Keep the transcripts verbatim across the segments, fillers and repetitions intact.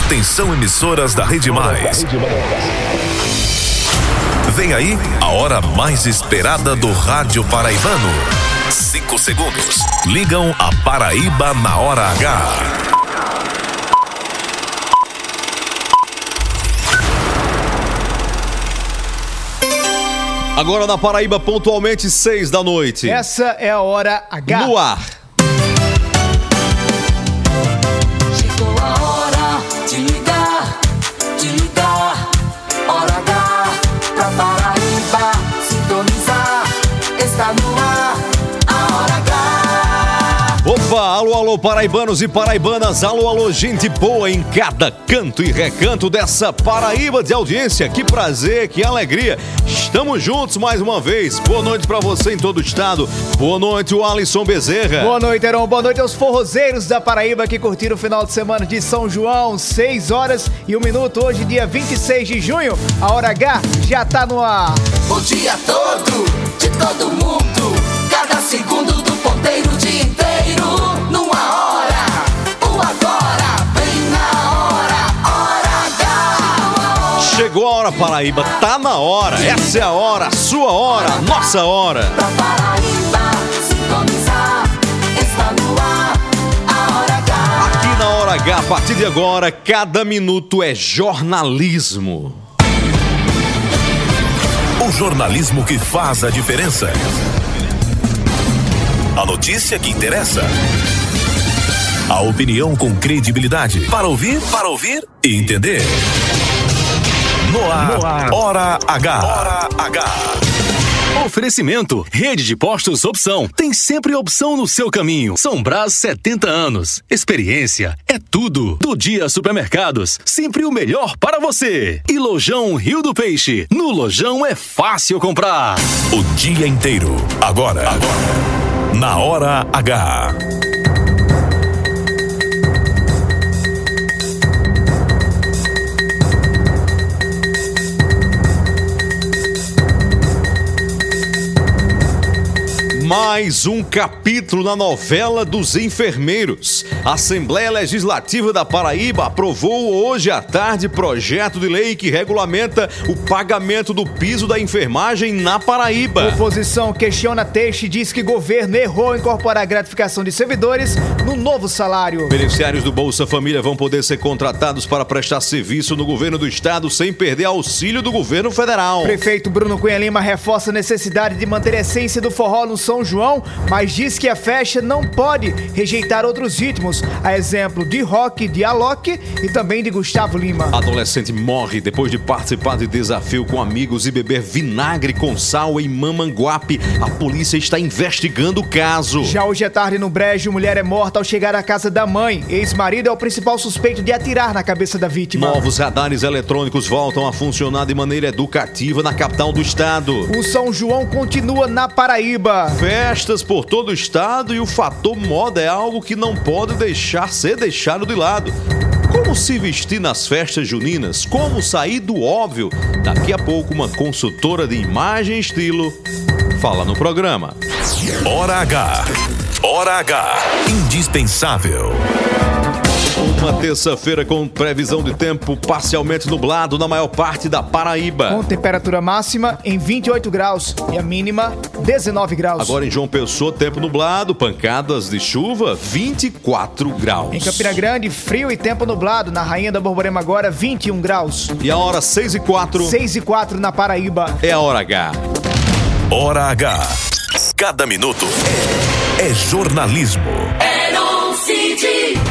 Atenção, emissoras da Rede Mais. Vem aí a hora mais esperada do rádio paraibano. Cinco segundos. Ligam a Paraíba na hora H. Agora na Paraíba, pontualmente seis da noite. Essa é a hora H. No ar. Chegou a hora de ligar, de ligar. Hora H pra Paraíba sintonizar. Está no ar a hora H. Opa, alô, alô, paraibanos e paraibanas, alô, alô, gente boa em cada canto e recanto dessa Paraíba de audiência. Que prazer, que alegria. Estamos juntos mais uma vez. Boa noite pra você em todo o estado. Boa noite, o Alisson Bezerra. Boa noite, Heron. Boa noite aos forrozeiros da Paraíba que curtiram o final de semana de São João. seis horas e um minuto. Hoje, dia vinte e seis de junho. A hora H já tá no ar. O dia todo, de todo mundo. Cada segundo do ponteiro, o dia inteiro. Numa hora, o agora, bem na hora. Hora H. Chegou a hora, Paraíba. Tá na hora. Essa é a hora, a sua hora, a nossa hora. Pra Paraíba sintonizar. Está no ar a hora H. Aqui na hora H, a partir de agora, cada minuto é jornalismo. O jornalismo que faz a diferença. A notícia que interessa. A opinião com credibilidade. Para ouvir, para ouvir e entender. No ar, no ar. Hora H. Hora H. Oferecimento, Rede de Postos Opção. Tem sempre opção no seu caminho. São Brás, setenta anos. Experiência é tudo. Do Dia Supermercados, sempre o melhor para você. E Lojão Rio do Peixe. No Lojão é fácil comprar. O dia inteiro. Agora. Agora. Na Hora H. Mais um capítulo na novela dos enfermeiros. A Assembleia Legislativa da Paraíba aprovou hoje à tarde projeto de lei que regulamenta o pagamento do piso da enfermagem na Paraíba. A oposição questiona texto e diz que governo errou em incorporar a gratificação de servidores no novo salário. Beneficiários do Bolsa Família vão poder ser contratados para prestar serviço no governo do estado sem perder auxílio do governo federal. Prefeito Bruno Cunha Lima reforça a necessidade de manter a essência do forró no São João, mas diz que a festa não pode rejeitar outros ritmos, a exemplo de rock de Alok e também de Gustavo Lima. Adolescente morre depois de participar de desafio com amigos e beber vinagre com sal em Mamanguape. A polícia está investigando o caso. Já hoje à tarde no Brejo, mulher é morta ao chegar à casa da mãe. Ex-marido é o principal suspeito de atirar na cabeça da vítima. Novos radares eletrônicos voltam a funcionar de maneira educativa na capital do estado. O São João continua na Paraíba. Festas por todo o estado e o fator moda é algo que não pode deixar ser deixado de lado. Como se vestir nas festas juninas? Como sair do óbvio? Daqui a pouco uma consultora de imagem e estilo fala no programa. Hora H. Hora H. Indispensável. Uma terça-feira com previsão de tempo parcialmente nublado na maior parte da Paraíba. Com temperatura máxima em vinte e oito graus e a mínima dezenove graus. Agora em João Pessoa, tempo nublado, pancadas de chuva, vinte e quatro graus. Em Campina Grande, frio e tempo nublado. Na Rainha da Borborema agora, vinte e um graus. E a hora seis e quatro. seis e quatro na Paraíba. É a Hora H. Hora H. Cada minuto é, é jornalismo. Heron City.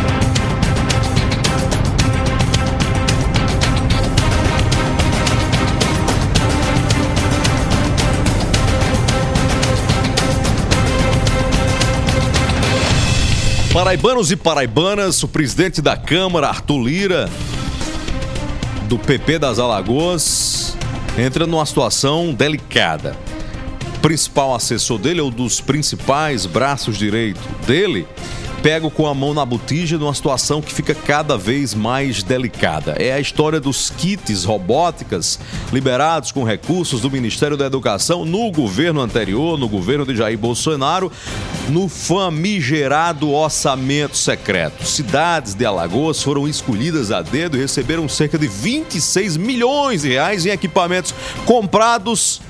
Paraibanos e paraibanas, o presidente da Câmara, Arthur Lira, do P P das Alagoas, entra numa situação delicada. O principal assessor dele, ou dos principais braços direitos dele, pego com a mão na botija numa situação que fica cada vez mais delicada. É a história dos kits robóticas liberados com recursos do Ministério da Educação no governo anterior, no governo de Jair Bolsonaro, no famigerado orçamento secreto. Cidades de Alagoas foram escolhidas a dedo e receberam cerca de vinte e seis milhões de reais em equipamentos comprados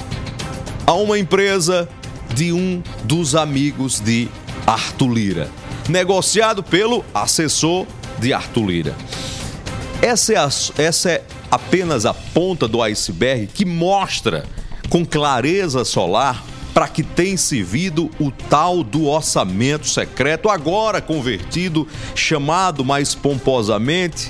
a uma empresa de um dos amigos de Arthur Lira, negociado pelo assessor de Arthur Lira. Essa é, a, essa é apenas a ponta do iceberg que mostra com clareza solar para que tem servido o tal do orçamento secreto, agora convertido, chamado mais pomposamente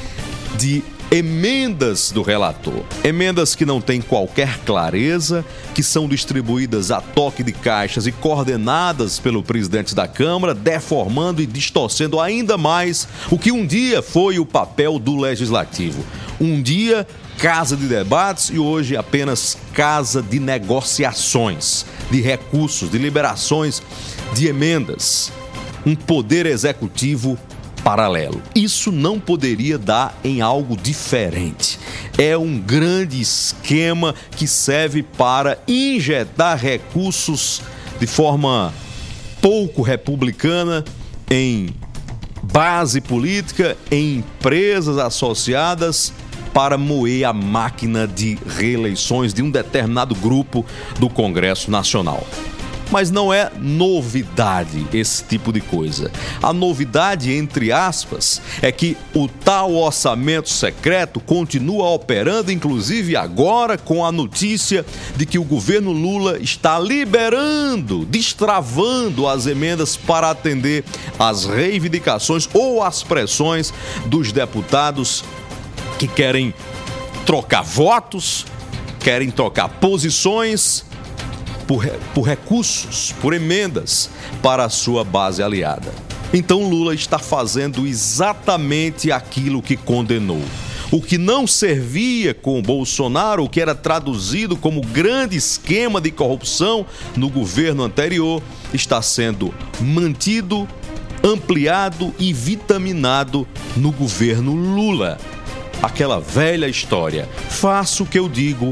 de emendas do relator. Emendas que não têm qualquer clareza, que são distribuídas a toque de caixas e coordenadas pelo presidente da Câmara, deformando e distorcendo ainda mais o que um dia foi o papel do Legislativo. Um dia, casa de debates e hoje apenas casa de negociações, de recursos, de liberações, de emendas. Um poder executivo paralelo. Isso não poderia dar em algo diferente. É um grande esquema que serve para injetar recursos de forma pouco republicana em base política, em empresas associadas para moer a máquina de reeleições de um determinado grupo do Congresso Nacional. Mas não é novidade esse tipo de coisa. A novidade, entre aspas, é que o tal orçamento secreto continua operando, inclusive agora com a notícia de que o governo Lula está liberando, destravando as emendas para atender às reivindicações ou às pressões dos deputados que querem trocar votos, querem trocar posições Por, por recursos, por emendas para a sua base aliada. Então Lula está fazendo exatamente aquilo que condenou. O que não servia com Bolsonaro, o que era traduzido como grande esquema de corrupção no governo anterior, está sendo mantido, ampliado e vitaminado no governo Lula. Aquela velha história: faço o que eu digo,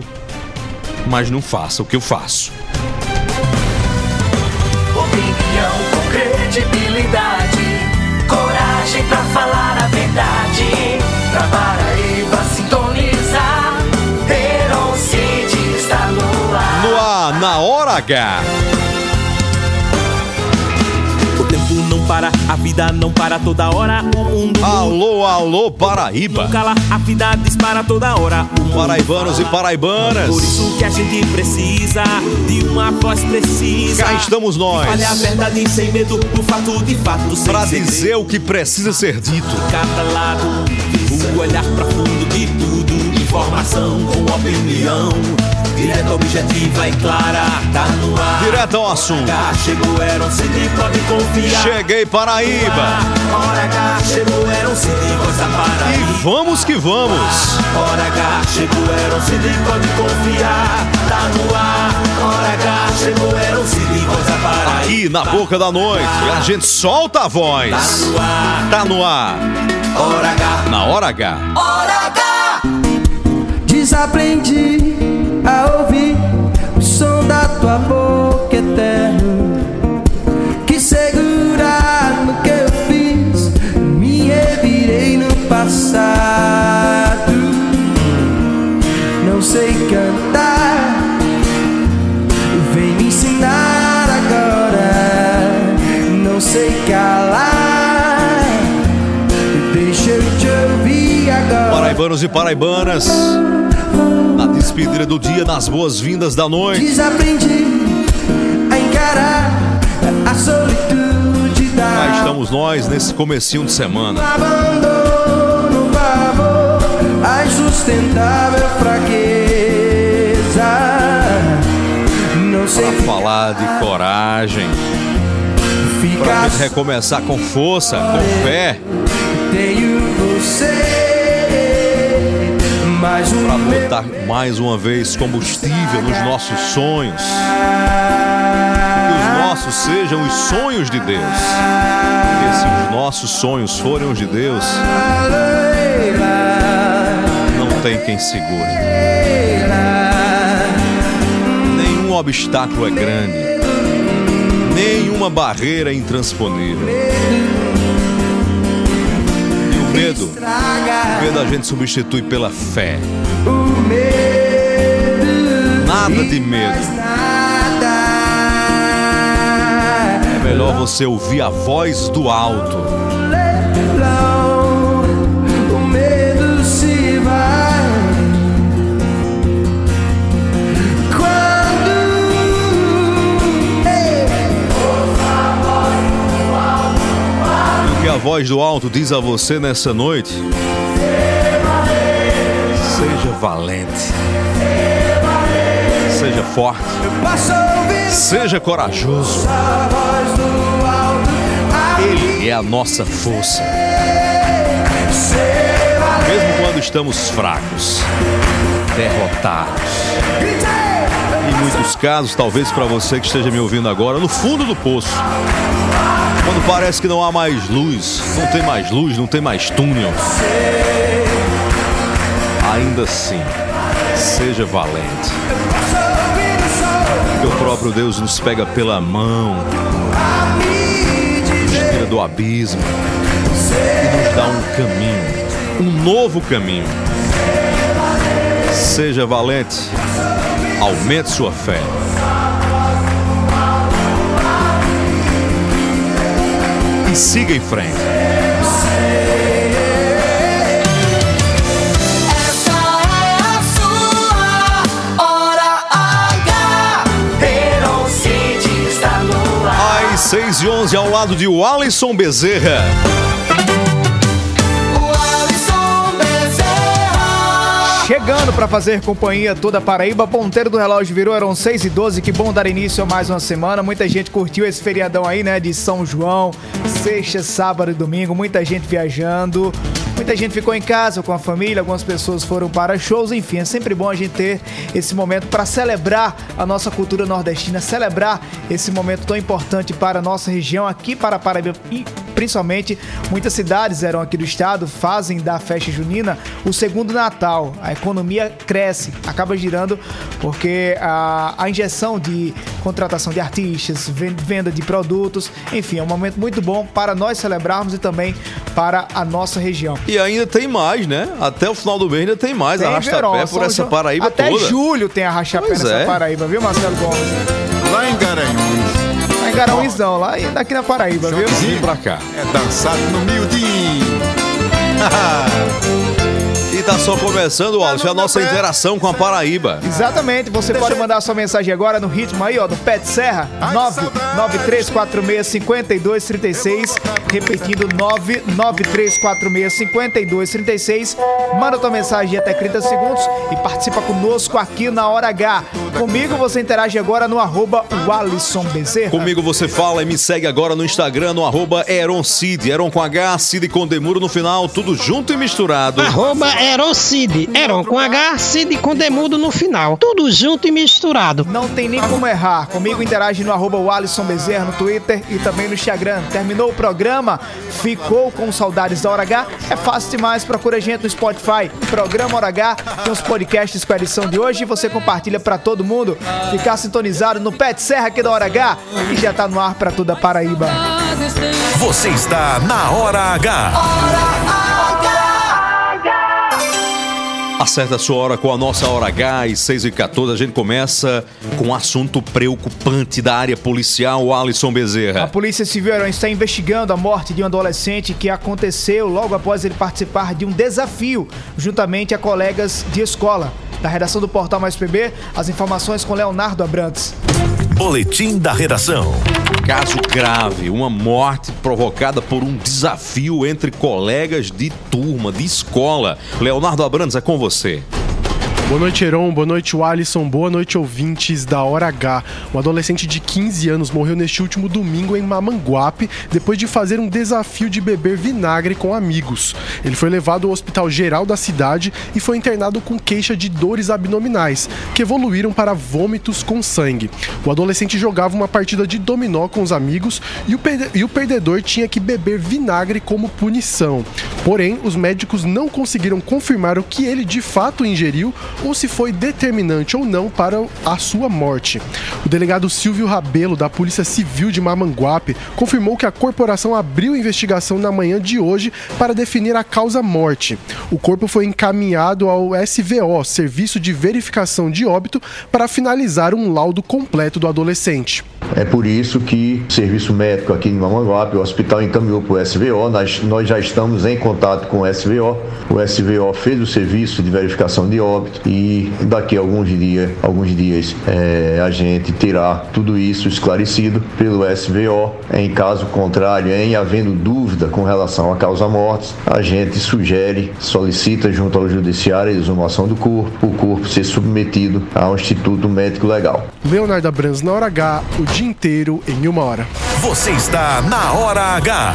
mas não faça o que eu faço. Opinião com credibilidade, coragem pra falar a verdade. Pra Paraíba sintonizar, Heron City está no ar. No ar, na hora H. O tempo não para, a vida não para toda hora. O mundo Alô, alô, Paraíba. não cala, a vida dispara toda hora. O mundo Paraibanos fala. e paraibanas. Por isso que a gente precisa de uma voz precisa. Cá estamos nós. Olha a verdade sem medo, o fato de fato sem Pra segredo. dizer o que precisa ser dito. Cada lado, o olhar profundo de tudo. Informação com opinião, direta, objetiva e clara. Tá no ar. Direto ao assunto. Hora H, chegou, Heron City, pode confiar. Cheguei, Paraíba. Hora H, chegou, Heron City, voz da Paraíba. E vamos que vamos. Hora H, chegou, Heron City, pode confiar. Tá no ar. Hora H, chegou, Heron City, voz da Paraíba. Aqui na boca da noite, a gente solta a voz. Tá no ar. Tá no ar. Hora H. Na hora H. Hora H. Desaprendi a ouvir o som da tua boca eterna, que segurar no que eu fiz, me revirei no passado. Não sei cantar, vem me ensinar agora. Não sei calar, deixa eu te ouvir agora. Paraibanos e paraibanas, na despedida do dia, nas boas-vindas da noite. Desaprendi a encarar a solitude da Cá estamos nós nesse comecinho de semana. abandono, o amor, a insustentável fraqueza. Não sei Pra falar de coragem, pra ficar gente recomeçar com força, com fé, tenho você. Mais um pra meu botar mais uma vez combustível nos nossos sonhos. Que os nossos sejam os sonhos de Deus. Porque se os nossos sonhos forem os de Deus, não tem quem segure. Nenhum obstáculo é grande, nenhuma barreira é intransponível. E o medo, o medo a gente substitui pela fé. Nada de medo. É melhor você ouvir a voz do alto. O medo se vai quando o que a voz do alto diz a você nessa noite? Seja valente. Seja forte. Seja corajoso. Ele é a nossa força. Mesmo quando estamos fracos, derrotados. Em muitos casos, talvez para você que esteja me ouvindo agora, no fundo do poço. Quando parece que não há mais luz, não tem mais luz, não tem mais túnel. Ainda assim, seja valente. Que o próprio Deus nos pega pela mão, nos tira do abismo e nos dá um caminho, um novo caminho. Seja valente, aumente sua fé. E siga em frente. seis e onze ao lado de Alisson Bezerra. Chegando para fazer companhia toda a Paraíba, ponteiro do relógio virou, eram seis e doze, que bom dar início a mais uma semana. Muita gente curtiu esse feriadão aí, né, de São João, sexta, sábado e domingo, muita gente viajando. Muita gente ficou em casa com a família, algumas pessoas foram para shows, enfim, é sempre bom a gente ter esse momento para celebrar a nossa cultura nordestina, celebrar esse momento tão importante para a nossa região, aqui para a Paraíba, e principalmente muitas cidades eram aqui do estado, fazem da festa junina o segundo Natal. A economia cresce, acaba girando, porque a, a injeção de contratação de artistas, venda de produtos, enfim, é um momento muito bom para nós celebrarmos e também para a nossa região. E ainda tem mais, né? Até o final do mês ainda tem mais tem arrasta-pé por essa João, Paraíba até toda. Até julho tem arrasta-pé nessa é. Paraíba, viu, Marcelo Gomes? Lá em Garanhuns. Lá em Garanhunsão, lá daqui na Paraíba, viu? Vem pra cá. É dançado no miudinho. E tá só começando, Alisson, a nossa interação com a Paraíba. Exatamente, você pode mandar sua mensagem agora no ritmo aí, ó, do Pet Serra, nove nove três quatro seis, cinco dois três seis, repetindo, nove nove três quatro seis, cinco dois três seis, manda tua mensagem até trinta segundos e participa conosco aqui na Hora H. Comigo você interage agora no arroba Alisson Bezerra. Comigo você fala e me segue agora no Instagram, no arroba Eron Cid, Eron com H, Cid com Demuro no final, tudo junto e misturado. Arroba Eron Cid, Eron com H, Cid com Demudo no final, tudo junto e misturado. Não tem nem como errar. Comigo interage no arroba Alisson Bezerra no Twitter e também no Instagram. Terminou o programa? Ficou com saudades da Hora H? É fácil demais, procura a gente no Spotify, Programa Hora H, tem os podcasts com a edição de hoje e você compartilha pra todo mundo ficar sintonizado no Pet Serra aqui da Hora H, que já tá no ar pra toda a Paraíba. Você está na Hora H. Acerta a sua hora com a nossa Hora H, às seis e quatorze. A gente começa com um assunto preocupante da área policial, Alisson Bezerra. A Polícia Civil está investigando a morte de um adolescente que aconteceu logo após ele participar de um desafio juntamente a colegas de escola. Da redação do Portal Mais P B, as informações com Leonardo Abrantes. Boletim da redação. Caso grave, uma morte provocada por um desafio entre colegas de turma, de escola. Leonardo Abrantes, é com você. Boa noite, Heron. Boa noite, Alisson. Boa noite, ouvintes da Hora H. Um adolescente de quinze anos morreu neste último domingo em Mamanguape depois de fazer um desafio de beber vinagre com amigos. Ele foi levado ao hospital geral da cidade e foi internado com queixa de dores abdominais, que evoluíram para vômitos com sangue. O adolescente jogava uma partida de dominó com os amigos e o, perde- e o perdedor tinha que beber vinagre como punição. Porém, os médicos não conseguiram confirmar o que ele de fato ingeriu ou se foi determinante ou não para a sua morte. O delegado Silvio Rabelo, da Polícia Civil de Mamanguape, confirmou que a corporação abriu investigação na manhã de hoje para definir a causa-morte. O corpo foi encaminhado ao S V O, Serviço de Verificação de Óbito, para finalizar um laudo completo do adolescente. É por isso que o serviço médico aqui em Mamanguape, o hospital encaminhou para o S V O, nós, nós já estamos em contato com o S V O, o S V O fez o serviço de verificação de óbito e daqui a alguns dias, alguns dias é, a gente terá tudo isso esclarecido pelo S V O. Em caso contrário, em havendo dúvida com relação à causa-morte, a gente sugere, solicita junto ao judiciário a exumação do corpo, o corpo ser submetido ao Instituto Médico Legal. Leonardo Abrams na Hora H, o dia inteiro em uma hora. Você está na Hora H.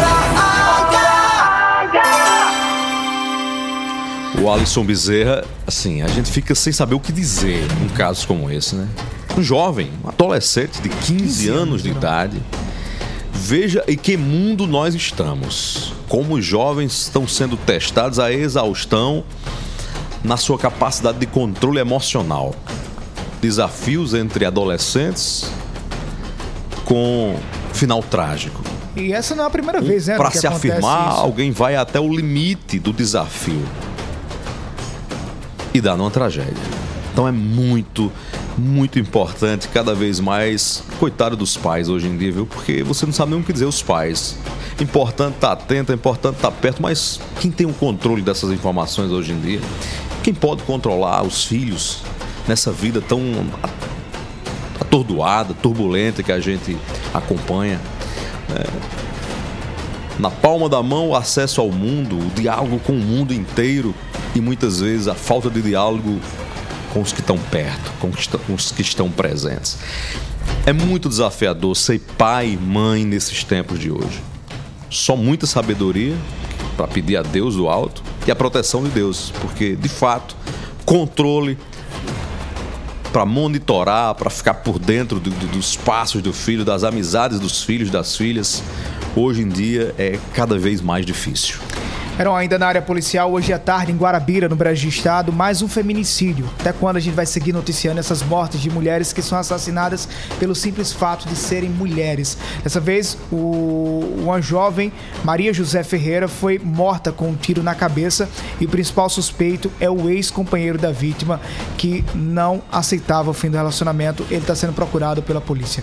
O Alisson Bezerra, assim, a gente fica sem saber o que dizer num caso como esse, né? Um jovem, um adolescente de quinze anos de idade. Veja em que mundo nós estamos. Como os jovens estão sendo testados a exaustão na sua capacidade de controle emocional. Desafios entre adolescentes com final trágico. E essa não é a primeira vez, né? Para se afirmar, isso. alguém vai até o limite do desafio e dá numa tragédia. Então é muito, muito importante, cada vez mais, coitado dos pais hoje em dia, viu? Porque você não sabe nem o que dizer os pais. Importante estar atento, é importante estar perto, mas quem tem o controle dessas informações hoje em dia? Quem pode controlar os filhos nessa vida tão atordoada, turbulenta que a gente acompanha? É, na palma da mão, o acesso ao mundo, o diálogo com o mundo inteiro e muitas vezes a falta de diálogo com os que estão perto, com os que estão presentes. É muito desafiador ser pai e mãe nesses tempos de hoje. Só muita sabedoria para pedir a Deus do alto e a proteção de Deus, porque de fato, controle para monitorar, para ficar por dentro do, do, dos passos do filho, das amizades dos filhos, das filhas, hoje em dia é cada vez mais difícil. Eram ainda na área policial, hoje à tarde em Guarabira, no Brejo Estado, mais um feminicídio. Até quando a gente vai seguir noticiando essas mortes de mulheres que são assassinadas pelo simples fato de serem mulheres? Dessa vez, o, uma jovem, Maria José Ferreira, foi morta com um tiro na cabeça e o principal suspeito é o ex-companheiro da vítima, que não aceitava o fim do relacionamento. Ele está sendo procurado pela polícia.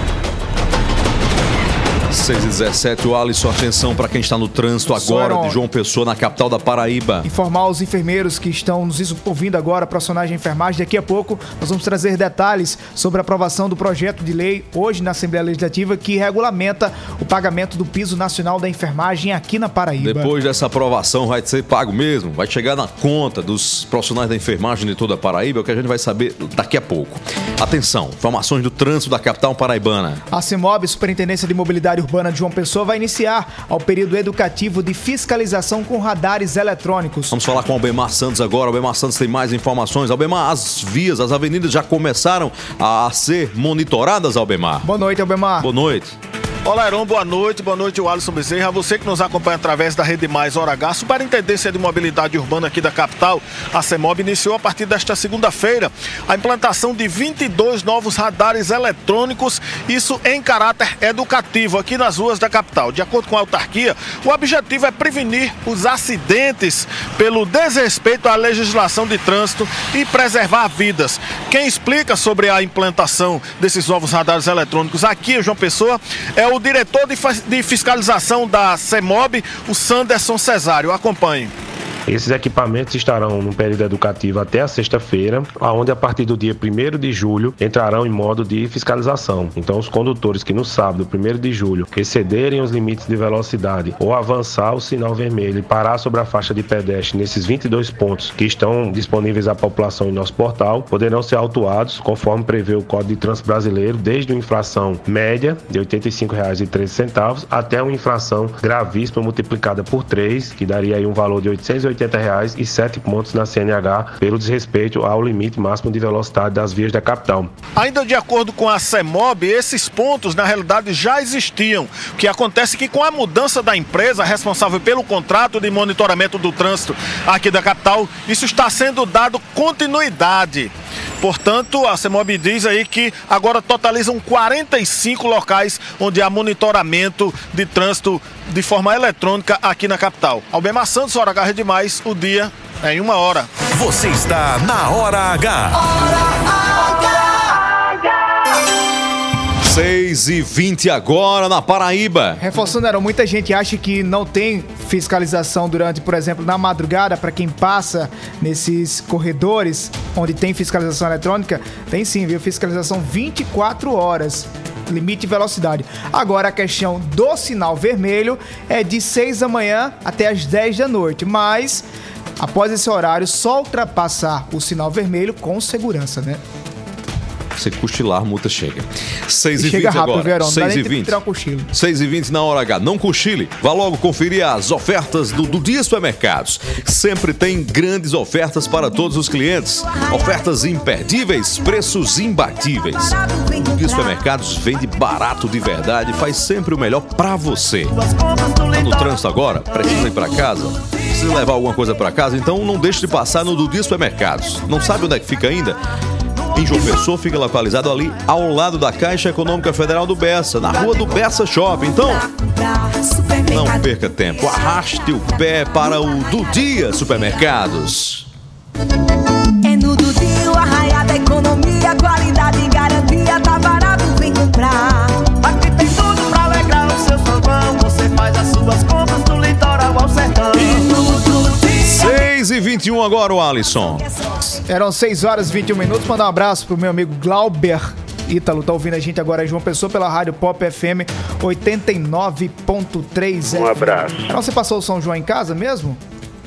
seis e dezessete, o Alisson, atenção para quem está no trânsito agora de João Pessoa, na capital da Paraíba. Informar aos enfermeiros que estão nos ouvindo agora, profissionais de enfermagem, daqui a pouco nós vamos trazer detalhes sobre a aprovação do projeto de lei hoje na Assembleia Legislativa que regulamenta o pagamento do piso nacional da enfermagem aqui na Paraíba. Depois dessa aprovação vai ser pago mesmo, vai chegar na conta dos profissionais da enfermagem de toda a Paraíba, é o que a gente vai saber daqui a pouco. Atenção, informações do trânsito da capital paraibana. A CEMOB, Superintendência de Mobilidade Urbana de João Pessoa, vai iniciar ao período educativo de fiscalização com radares eletrônicos. Vamos falar com o Albemar Santos agora. O Albemar Santos tem mais informações. Albemar, as vias, as avenidas já começaram a ser monitoradas, Albemar. Boa noite, Albemar. Boa noite. Olá, Heron, boa noite, boa noite, o Alisson Bezerra. Você que nos acompanha através da Rede Mais Hora H, Superintendência de Mobilidade Urbana aqui da capital, a CEMOB iniciou a partir desta segunda-feira a implantação de vinte e dois novos radares eletrônicos, isso em caráter educativo aqui nas ruas da capital. De acordo com a autarquia, o objetivo é prevenir os acidentes pelo desrespeito à legislação de trânsito e preservar vidas. Quem explica sobre a implantação desses novos radares eletrônicos aqui em João Pessoa é o o diretor de fiscalização da CEMOB, o Sanderson Cesário. Acompanhe. Esses equipamentos estarão no período educativo até a sexta-feira, onde a partir do dia primeiro de julho entrarão em modo de fiscalização. Então, os condutores que no sábado, primeiro de julho, excederem os limites de velocidade ou avançar o sinal vermelho e parar sobre a faixa de pedestre nesses vinte e dois pontos que estão disponíveis à população em nosso portal, poderão ser autuados conforme prevê o Código de Trânsito Brasileiro, desde uma infração média de oitenta e cinco reais e treze centavos até uma infração gravíssima multiplicada por três, que daria aí um valor de oitocentos e oitenta reais e sete pontos na C N H pelo desrespeito ao limite máximo de velocidade das vias da capital. Ainda de acordo com a CEMOB, esses pontos na realidade já existiam. O que acontece é que com a mudança da empresa responsável pelo contrato de monitoramento do trânsito aqui da capital, isso está sendo dado continuidade. Portanto, a CEMOB diz aí que agora totalizam quarenta e cinco locais onde há monitoramento de trânsito de forma eletrônica aqui na capital. Albemar Santos, Hora H, Rede Mais, o dia é em uma hora. Você está na Hora H. seis e vinte agora na Paraíba. Reforçando, era muita gente acha que não tem fiscalização durante, por exemplo, na madrugada, para quem passa nesses corredores onde tem fiscalização eletrônica. Tem sim, viu? Fiscalização vinte e quatro horas. Limite de velocidade. Agora a questão do sinal vermelho é de seis da manhã até as dez da noite, mas após esse horário só ultrapassar o sinal vermelho com segurança, né? Você cochilar, a multa chega. seis e chega vinte rápido, agora. Verão, seis e vinte. Tirar um cochilo. seis e vinte na Hora H. Não cochile. Vá logo conferir as ofertas do, do Dia Supermercados. Sempre tem grandes ofertas para todos os clientes. Ofertas imperdíveis, preços imbatíveis. O Dia Supermercados vende barato de verdade e faz sempre o melhor para você. Tá no trânsito agora? Precisa ir para casa? Precisa levar alguma coisa para casa? Então não deixe de passar no do Dia Supermercados. Não sabe onde é que fica ainda? Em João Pessoa, fica localizado ali ao lado da Caixa Econômica Federal do Bessa, na rua do Bessa Shopping. Então, não perca tempo, arraste o pé para o Do Dia Supermercados. É no Do Dia, o arraial da economia, qualidade e garantia, tá barato, vem comprar. Aqui tem tudo pra alegrar o seu fogão, você faz as suas compras do litoral ao sertão. seis e vinte e um agora, o Alisson. Eram seis horas e vinte e um minutos. Mandar um abraço pro meu amigo Glauber Ítalo. Tá ouvindo a gente agora em João Pessoa pela Rádio Pop F M oitenta e nove ponto três. Um abraço. Então, você passou o São João em casa mesmo?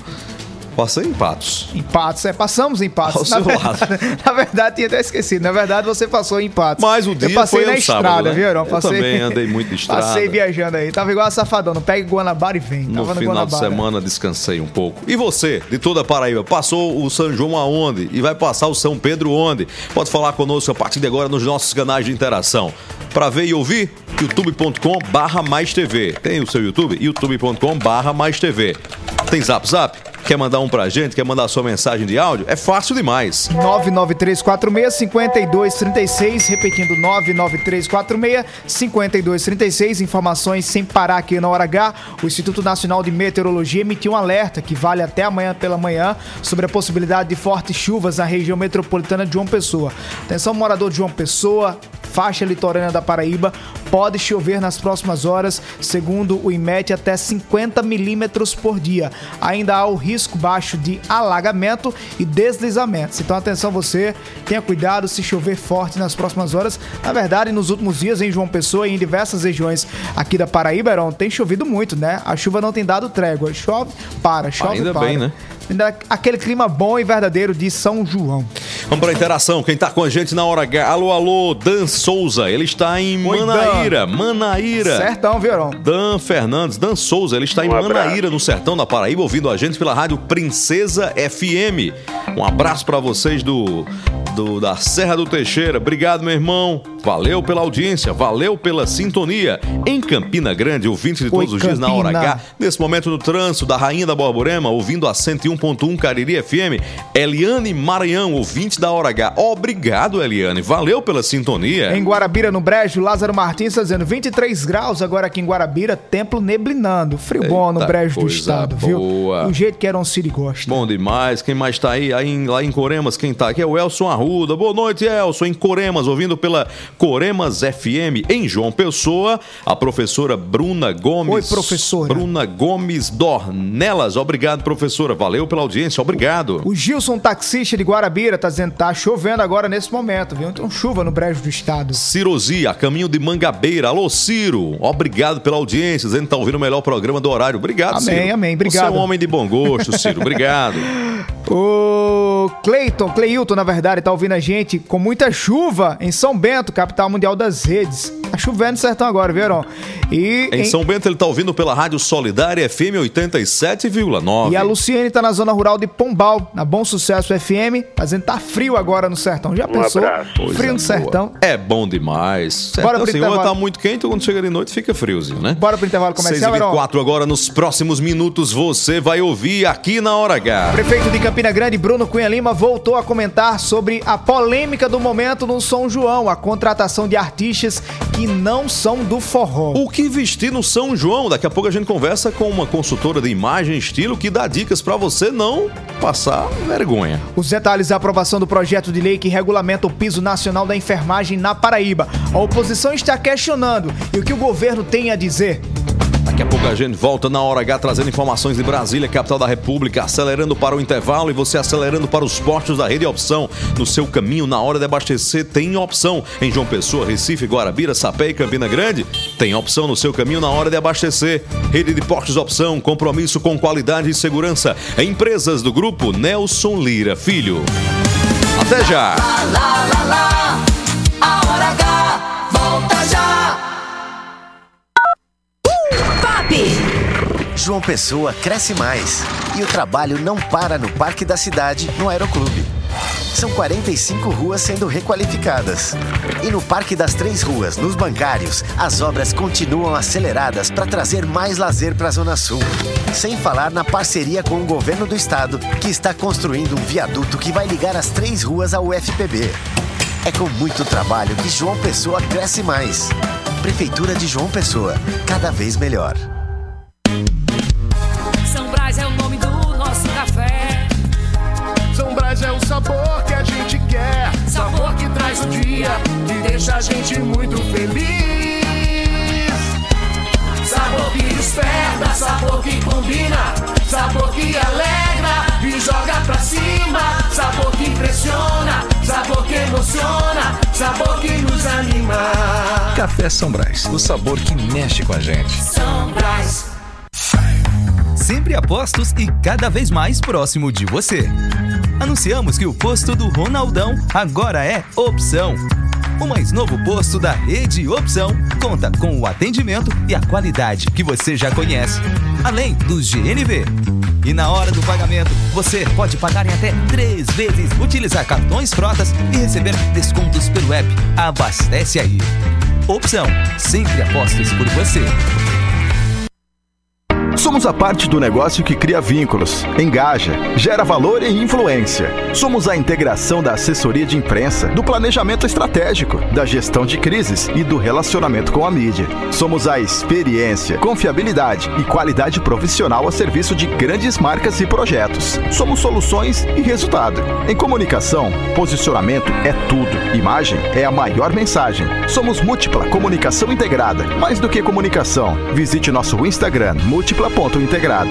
Passei em Patos. Em Patos, é, passamos em Patos. Ao seu lado. Na verdade, tinha até esquecido. Na verdade, você passou em Patos. Mas o dia eu passei foi na um estrada, sábado, né? viu? Eu, passei... eu também andei muito de estrada. Passei viajando aí. Tava igual a Safadão. Não pega Guanabara e vem. No Tava final no de semana descansei um pouco. E você, de toda a Paraíba, passou o São João aonde? E vai passar o São Pedro onde? Pode falar conosco a partir de agora nos nossos canais de interação. Para ver e ouvir, youtube ponto com barra mais T V. Tem o seu YouTube? youtube ponto com barra mais T V. Tem Zap Zap? Quer mandar um pra gente? Quer mandar sua mensagem de áudio? É fácil demais. nove nove três quatro seis, cinco dois três seis, repetindo nove nove três quatro seis, cinco dois três seis. Informações sem parar aqui na Hora H. O Instituto Nacional de Meteorologia emitiu um alerta que vale até amanhã pela manhã sobre a possibilidade de fortes chuvas na região metropolitana de João Pessoa. Atenção, morador de João Pessoa, faixa litorânea da Paraíba, pode chover nas próximas horas, segundo o IMET, até cinquenta milímetros por dia. Ainda há o risco baixo de alagamento e deslizamentos. Então, atenção você, tenha cuidado se chover forte nas próximas horas. Na verdade, nos últimos dias em João Pessoa e em diversas regiões aqui da Paraíba, Heron, tem chovido muito, né? A chuva não tem dado trégua. Chove, para, chove, Ainda para. bem, né? Aquele clima bom e verdadeiro de São João. Vamos para a interação. Quem tá com a gente na Hora H? Alô, alô, Dan Souza. Ele está em Oi, Manaíra. Dan. Manaíra. Sertão, Verão. Dan Fernandes, Dan Souza. Ele está Um em abraço. Manaíra, no sertão da Paraíba, ouvindo a gente pela rádio Princesa F M. Um abraço para vocês do, do da Serra do Teixeira. Obrigado, meu irmão. Valeu pela audiência, valeu pela sintonia. Em Campina Grande, ouvinte de todos Oi, os dias na Hora Campina. H. Nesse momento no trânsito da Rainha da Borborema, ouvindo a cento e um ponto um Cariri F M. Eliane Maranhão, ouvinte da Hora H. Obrigado, Eliane. Valeu pela sintonia. Em Guarabira, no Brejo, Lázaro Martins está dizendo vinte e três graus agora aqui em Guarabira, templo neblinando. Frio bom no Eita, Brejo do coisa estado, boa. viu? Do jeito que Heron City gosta. Bom demais. Quem mais tá aí? Aí em- lá em Coremas, quem tá aqui é o Elson Arruda. Boa noite, Elson. Em Coremas, ouvindo pela Coremas F M em João Pessoa. A professora Bruna Gomes. Oi, professora. Bruna Gomes Dornelas. Obrigado, professora. Valeu pela audiência. Obrigado. O Gilson, taxista de Guarabira, tá dizendo que tá chovendo agora nesse momento, viu? Tem chuva no brejo do estado. Cirozia, a caminho de Mangabeira. Alô, Ciro. Obrigado pela audiência. Dizendo que tá ouvindo o melhor programa do horário. Obrigado, amém, Ciro. Amém, amém. Obrigado. Você é um homem de bom gosto, Ciro. Obrigado. O Cleiton, Cleilton, na verdade, tá ouvindo a gente com muita chuva em São Bento, capital mundial das redes. Tá chovendo no sertão agora, viram? E em, em São Bento ele tá ouvindo pela Rádio Solidária F M oitenta e sete vírgula nove. E a Luciene tá na zona rural de Pombal, na Bom Sucesso F M, fazendo tá frio agora no sertão. Já um pensou? Abraço. Frio Coisa no sertão. É bom demais. Sertão, Bora pro assim, intervalo. tá muito quente, quando chega de noite fica friozinho, né? Bora pro intervalo comercial, seis e vinte e quatro agora, nos próximos minutos você vai ouvir aqui na Hora H. O prefeito de Campina Grande, Bruno Cunha Lima, voltou a comentar sobre a polêmica do momento no São João, a contratação de artistas que não são do forró. O que vestir no São João? Daqui a pouco a gente conversa com uma consultora de imagem e estilo que dá dicas pra você não passar vergonha. Os detalhes da aprovação do projeto de lei que regulamenta o piso nacional da enfermagem na Paraíba. A oposição está questionando e o que o governo tem a dizer. Daqui a pouco a gente volta na Hora H trazendo informações de Brasília, capital da República, acelerando para o intervalo e você acelerando para os postos da Rede Opção. No seu caminho, na hora de abastecer, tem opção. Em João Pessoa, Recife, Guarabira, Sapé e Campina Grande, tem opção no seu caminho na hora de abastecer. Rede de Postos Opção, compromisso com qualidade e segurança. Empresas do grupo Nelson Lira Filho. Até já! Lá, lá, lá, lá. A Hora H volta já! João Pessoa cresce mais e o trabalho não para no Parque da Cidade, no Aeroclube. São quarenta e cinco ruas sendo requalificadas. E no Parque das Três Ruas, nos bancários, as obras continuam aceleradas para trazer mais lazer para a Zona Sul. Sem falar na parceria com o governo do estado, que está construindo um viaduto que vai ligar as três ruas ao U F P B. É com muito trabalho que João Pessoa cresce mais. Prefeitura de João Pessoa, cada vez melhor. São Brás é o nome do nosso café. São Brás é o sabor que a gente quer. Sabor que traz o dia, que deixa a gente muito feliz. Sabor que desperta, sabor que combina. Sabor que alegra e joga pra cima. Sabor que impressiona, sabor que emociona. Sabor que nos anima. Café São Brás, o sabor que mexe com a gente. São Brás. Sempre a postos e cada vez mais próximo de você. Anunciamos que o posto do Ronaldão agora é Opção. O mais novo posto da rede Opção conta com o atendimento e a qualidade que você já conhece, além do G N V. E na hora do pagamento, você pode pagar em até três vezes, utilizar cartões frotas e receber descontos pelo app. Abastece aí. Opção, sempre apostos por você. Somos a parte do negócio que cria vínculos, engaja, gera valor e influência. Somos a integração da assessoria de imprensa, do planejamento estratégico, da gestão de crises e do relacionamento com a mídia. Somos a experiência, confiabilidade e qualidade profissional a serviço de grandes marcas e projetos. Somos soluções e resultado. Em comunicação, posicionamento é tudo. Imagem é a maior mensagem. Somos Múltipla Comunicação Integrada. Mais do que comunicação, visite nosso Instagram, múltipla ponto integrada.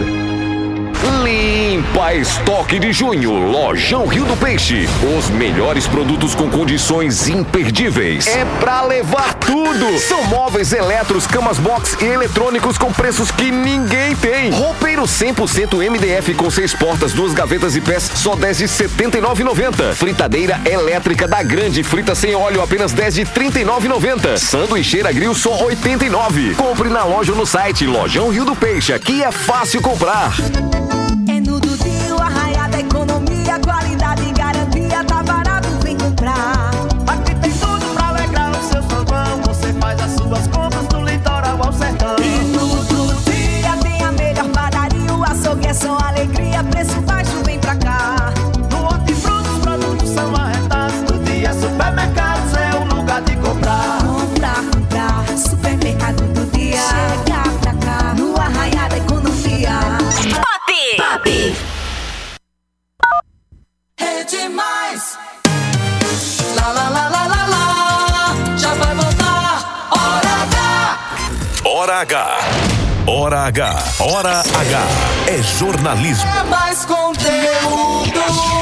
Limpa Estoque de Junho, Lojão Rio do Peixe. Os melhores produtos com condições imperdíveis. É pra levar tudo. São móveis, eletros, camas box e eletrônicos com preços que ninguém tem. Roupeiro cem por cento M D F com seis portas, duas gavetas e pés, só dez de setenta e nove reais e noventa centavos. Fritadeira elétrica da Grande, frita sem óleo, apenas dez de trinta e nove reais e noventa centavos. Sanduicheira grill, só oitenta e nove reais. Compre na loja ou no site Lojão Rio do Peixe. Aqui é fácil comprar. É no Dudinho, arraiá da economia, qualidade e garantia, tá barato, vem comprar. Aqui tem tudo pra alegrar o seu salão. Você faz as suas compras do litoral ao sertão. E no Dudinho tem a melhor padaria, o açougue é só alegria, preço baixo, vem pra cá. No Hortifruti os produtos são arretados. No dia supermercados é o lugar de comprar. Comprar, comprar, supermercado do dia. Chega pra cá, no arraiá da economia. Pop! Hora H. Hora H. Hora H. É jornalismo. É mais conteúdo.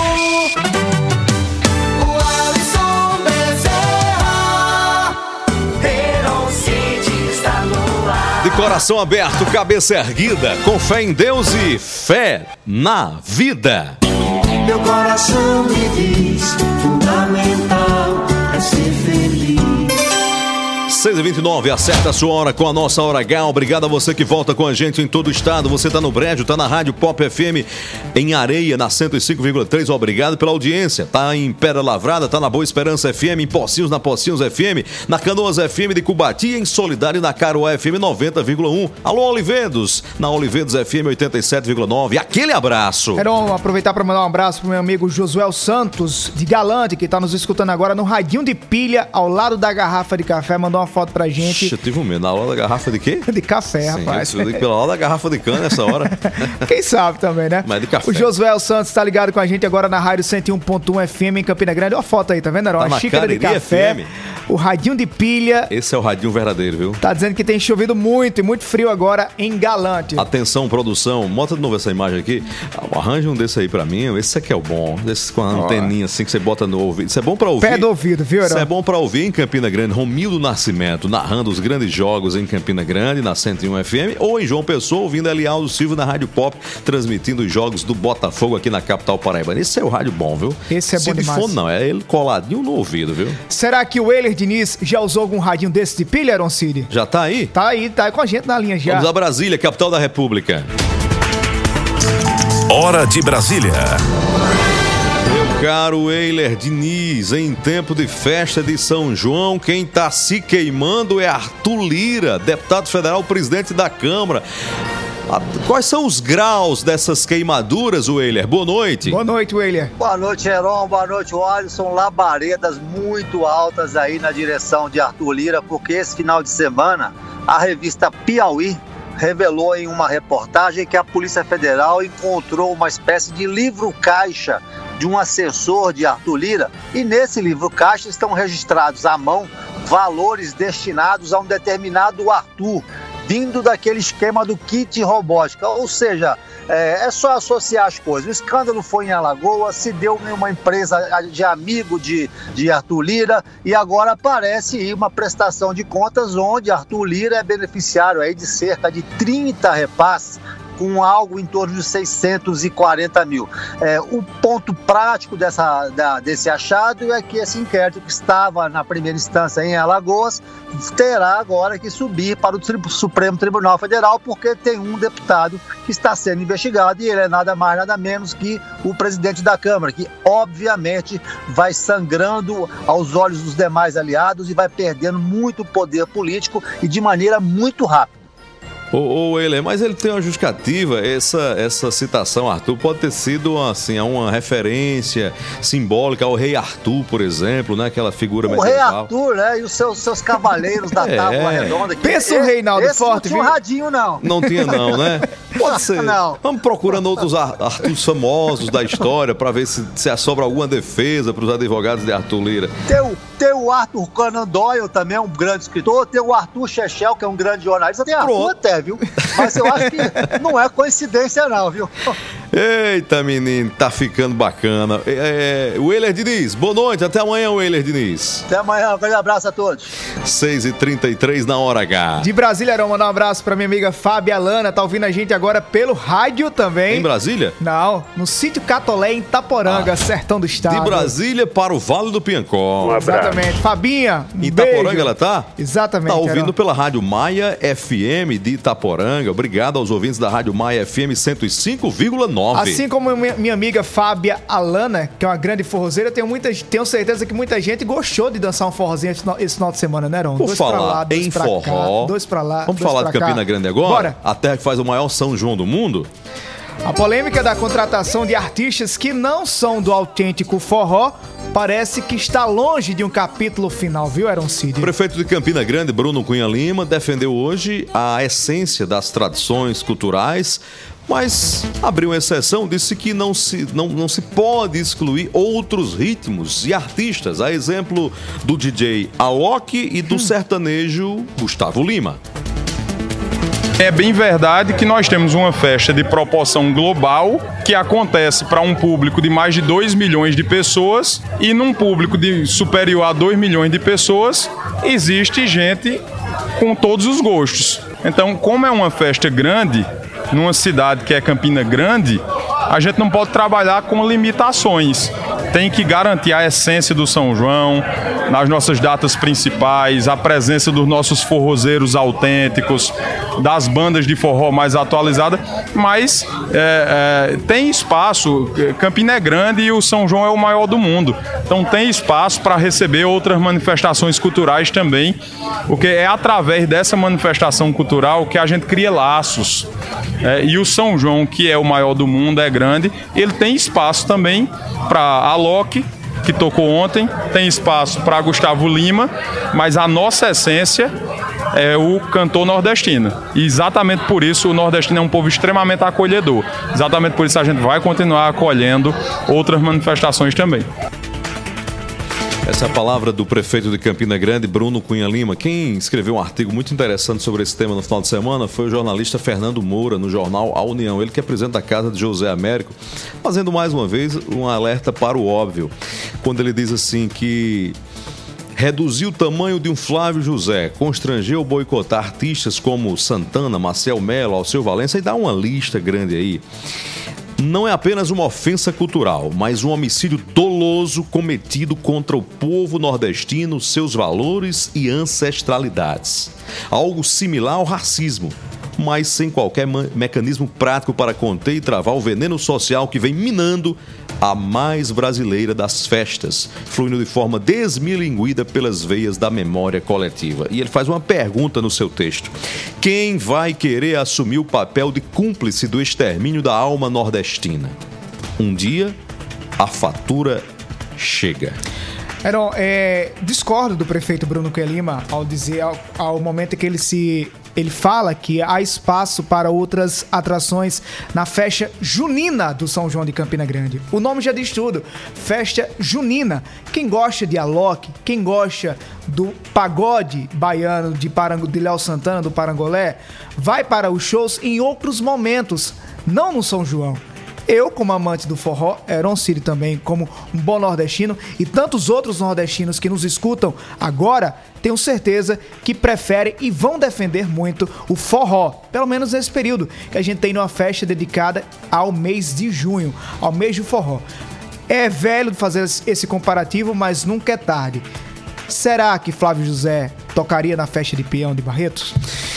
O Alisson Bezerra. Heron City está no ar. De coração aberto, cabeça erguida, com fé em Deus e fé na vida. Meu coração me diz, fundamental é ser feliz. seis e vinte e nove, acerta a sua hora com a nossa Hora H. Obrigado a você que volta com a gente em todo o estado. Você tá no Brejo, tá na Rádio Pop F M em Areia, na cento e cinco vírgula três. Obrigado pela audiência. Tá em Pedra Lavrada, tá na Boa Esperança F M, em Pocinhos, na Pocinhos F M, na Canoas F M de Cubati, em Solidário, na Caruá F M noventa vírgula um. Alô, Olivedos, na Olivedos F M oitenta e sete vírgula nove. Aquele abraço. Quero aproveitar para mandar um abraço pro meu amigo Josué Santos, de Galante, que tá nos escutando agora no radinho de pilha, ao lado da garrafa de café. Mandou uma foto pra gente. Eu tive um medo. Na hora da garrafa de quê? De café, Sim, rapaz. Eu digo pela hora da garrafa de cana nessa hora. Quem sabe também, né? Mas de café. O Josué Santos tá ligado com a gente agora na rádio cento e um ponto um F M em Campina Grande. Olha a foto aí, tá vendo? Era uma Tá na xícara de Cariri café. F M. O radinho de pilha. Esse é o radinho verdadeiro, viu? Tá dizendo que tem chovido muito e muito frio agora em Galante. Atenção, produção. Bota de novo essa imagem aqui. Arranja um desse aí pra mim. Esse aqui é o bom. Esse com a Ó. anteninha assim que você bota no ouvido. Isso é bom pra ouvir. Pé do ouvido, viu, Isso Heron? é bom pra ouvir em Campina Grande. Romildo Nascimento narrando os grandes jogos em Campina Grande, na cento e um F M, ou em João Pessoa, ouvindo Elialdo Silva na Rádio Pop, transmitindo os jogos do Botafogo aqui na capital paraibana. Esse é o rádio bom, viu? Esse é Se bom de demais. fone não, é ele coladinho no ouvido, viu? Será que o Euler Diniz já usou algum radinho desse de pilha, Heron City? Já tá aí? Tá aí, tá aí com a gente na linha já. Vamos a Brasília, capital da República. Hora de Brasília. Meu caro Euler Diniz, em tempo de festa de São João, quem tá se queimando é Arthur Lira, deputado federal, presidente da Câmara. Ah, quais são os graus dessas queimaduras, Euler? Boa noite. Boa noite, Euler. Boa noite, Heron. Boa noite, Alisson. Labaredas muito altas aí na direção de Arthur Lira, porque esse final de semana a revista Piauí revelou em uma reportagem que a Polícia Federal encontrou uma espécie de livro-caixa de um assessor de Arthur Lira, e nesse livro-caixa estão registrados à mão valores destinados a um determinado Arthur, vindo daquele esquema do kit robótica, ou seja, é, é só associar as coisas. O escândalo foi em Alagoas, se deu em uma empresa de amigo de, de Arthur Lira, e agora aparece aí uma prestação de contas onde Arthur Lira é beneficiário aí de cerca de trinta repasses, com algo em torno de seiscentos e quarenta mil. É, o ponto prático dessa, da, desse achado é que esse inquérito que estava na primeira instância em Alagoas terá agora que subir para o tri- Supremo Tribunal Federal, porque tem um deputado que está sendo investigado e ele é nada mais, nada menos que o presidente da Câmara, que obviamente vai sangrando aos olhos dos demais aliados e vai perdendo muito poder político e de maneira muito rápida. Ô, ô Euler, mas ele tem uma justificativa, essa, essa citação, Arthur, pode ter sido assim, uma referência simbólica ao rei Arthur, por exemplo, né? Aquela figura O medieval. rei Arthur, né? E os seus, seus cavaleiros da É. Tábua Redonda. Que Pensa o esse- Reinaldo esse Forte, não tinha um viu? radinho, não. Não tinha não, né? Pode ser. Não. Vamos procurando outros Ar- Arthurs famosos da história para ver se, se sobra alguma defesa para os advogados de Arthur Lira. Tem o, tem o Arthur Conan Doyle também, um grande escritor. Tem o Arthur Chechel, que é um grande jornalista. Tem Arthur Pronto. até, viu? Mas eu acho que não é coincidência, não, viu? Eita, menino, tá ficando bacana. É, é, o Euler Diniz, boa noite, até amanhã, o Euler Diniz. Até amanhã, um grande abraço a todos. seis e trinta e três na Hora H. De Brasília, Heron, mandar um abraço pra minha amiga Fábia Lana, tá ouvindo a gente agora pelo rádio também. Em Brasília? Não, no sítio Catolé, em Itaporanga, Ah. sertão do estado. De Brasília para o Vale do Piancó. Exatamente. Fabinha, um Em Itaporanga beijo. ela tá? Exatamente. Tá ouvindo Heron. pela Rádio Maia F M de Itaporanga. Obrigado aos ouvintes da Rádio Maia F M cento e cinco vírgula nove. Assim como minha, minha amiga Fábia Alana, que é uma grande forrozeira, tenho, muita, tenho certeza que muita gente gostou de dançar um forrozinho esse final, esse final de semana, né, Heron? Por Dois pra falar lá, dois em pra forró, cá, dois pra lá, vamos dois falar pra de Campina cá. Grande agora? Bora. A terra que faz o maior São João do mundo? A polêmica da contratação de artistas que não são do autêntico forró parece que está longe de um capítulo final, viu, Heron Cid? O prefeito de Campina Grande, Bruno Cunha Lima, defendeu hoje a essência das tradições culturais, mas abriu uma exceção, disse que não se, não, não se pode excluir outros ritmos e artistas, a exemplo do D J Alok e do sertanejo Gustavo Lima. É bem verdade que nós temos uma festa de proporção global que acontece para um público de mais de dois milhões de pessoas e num público de superior a dois milhões de pessoas existe gente com todos os gostos. Então, como é uma festa grande, numa cidade que é Campina Grande, a gente não pode trabalhar com limitações. Tem que garantir a essência do São João, nas nossas datas principais, a presença dos nossos forrozeiros autênticos, das bandas de forró mais atualizadas, mas é, é, tem espaço. Campina é grande e o São João é o maior do mundo. Então tem espaço para receber outras manifestações culturais também, porque é através dessa manifestação cultural que a gente cria laços. É, e o São João, que é o maior do mundo, é grande, ele tem espaço também para a Loki, que tocou ontem, tem espaço para Gustavo Lima, mas a nossa essência é o cantor nordestino. E exatamente por isso o nordestino é um povo extremamente acolhedor. Exatamente por isso a gente vai continuar acolhendo outras manifestações também. Essa é a palavra do prefeito de Campina Grande, Bruno Cunha Lima. Quem escreveu um artigo muito interessante sobre esse tema no final de semana foi o jornalista Fernando Moura, no jornal A União. Ele que é presidente da casa de José Américo, fazendo mais uma vez um alerta para o óbvio, quando ele diz assim que reduzir o tamanho de um Flávio José, constranger ou boicotar artistas como Santana, Marcel Melo, Alceu Valença, e dá uma lista grande aí. Não é apenas uma ofensa cultural, mas um homicídio doloso cometido contra o povo nordestino, seus valores e ancestralidades. Algo similar ao racismo, mas sem qualquer mecanismo prático para conter e travar o veneno social que vem minando a mais brasileira das festas, fluindo de forma desmilinguida pelas veias da memória coletiva. E ele faz uma pergunta no seu texto: quem vai querer assumir o papel de cúmplice do extermínio da alma nordestina? Um dia, a fatura chega. Heron, é, discordo do prefeito Bruno Cunha Lima ao dizer, ao, ao momento que ele se... Ele fala que há espaço para outras atrações na festa junina do São João de Campina Grande. O nome já diz tudo, festa junina. Quem gosta de Alok, quem gosta do pagode baiano de, Parang... de Léo Santana, do Parangolé, vai para os shows em outros momentos, não no São João. Eu, como amante do forró, Heron City também, como um bom nordestino, e tantos outros nordestinos que nos escutam agora, tenho certeza que preferem e vão defender muito o forró, pelo menos nesse período que a gente tem uma festa dedicada ao mês de junho, ao mês do forró. É velho fazer esse comparativo, mas nunca é tarde. Será que Flávio José tocaria na festa de peão de Barretos?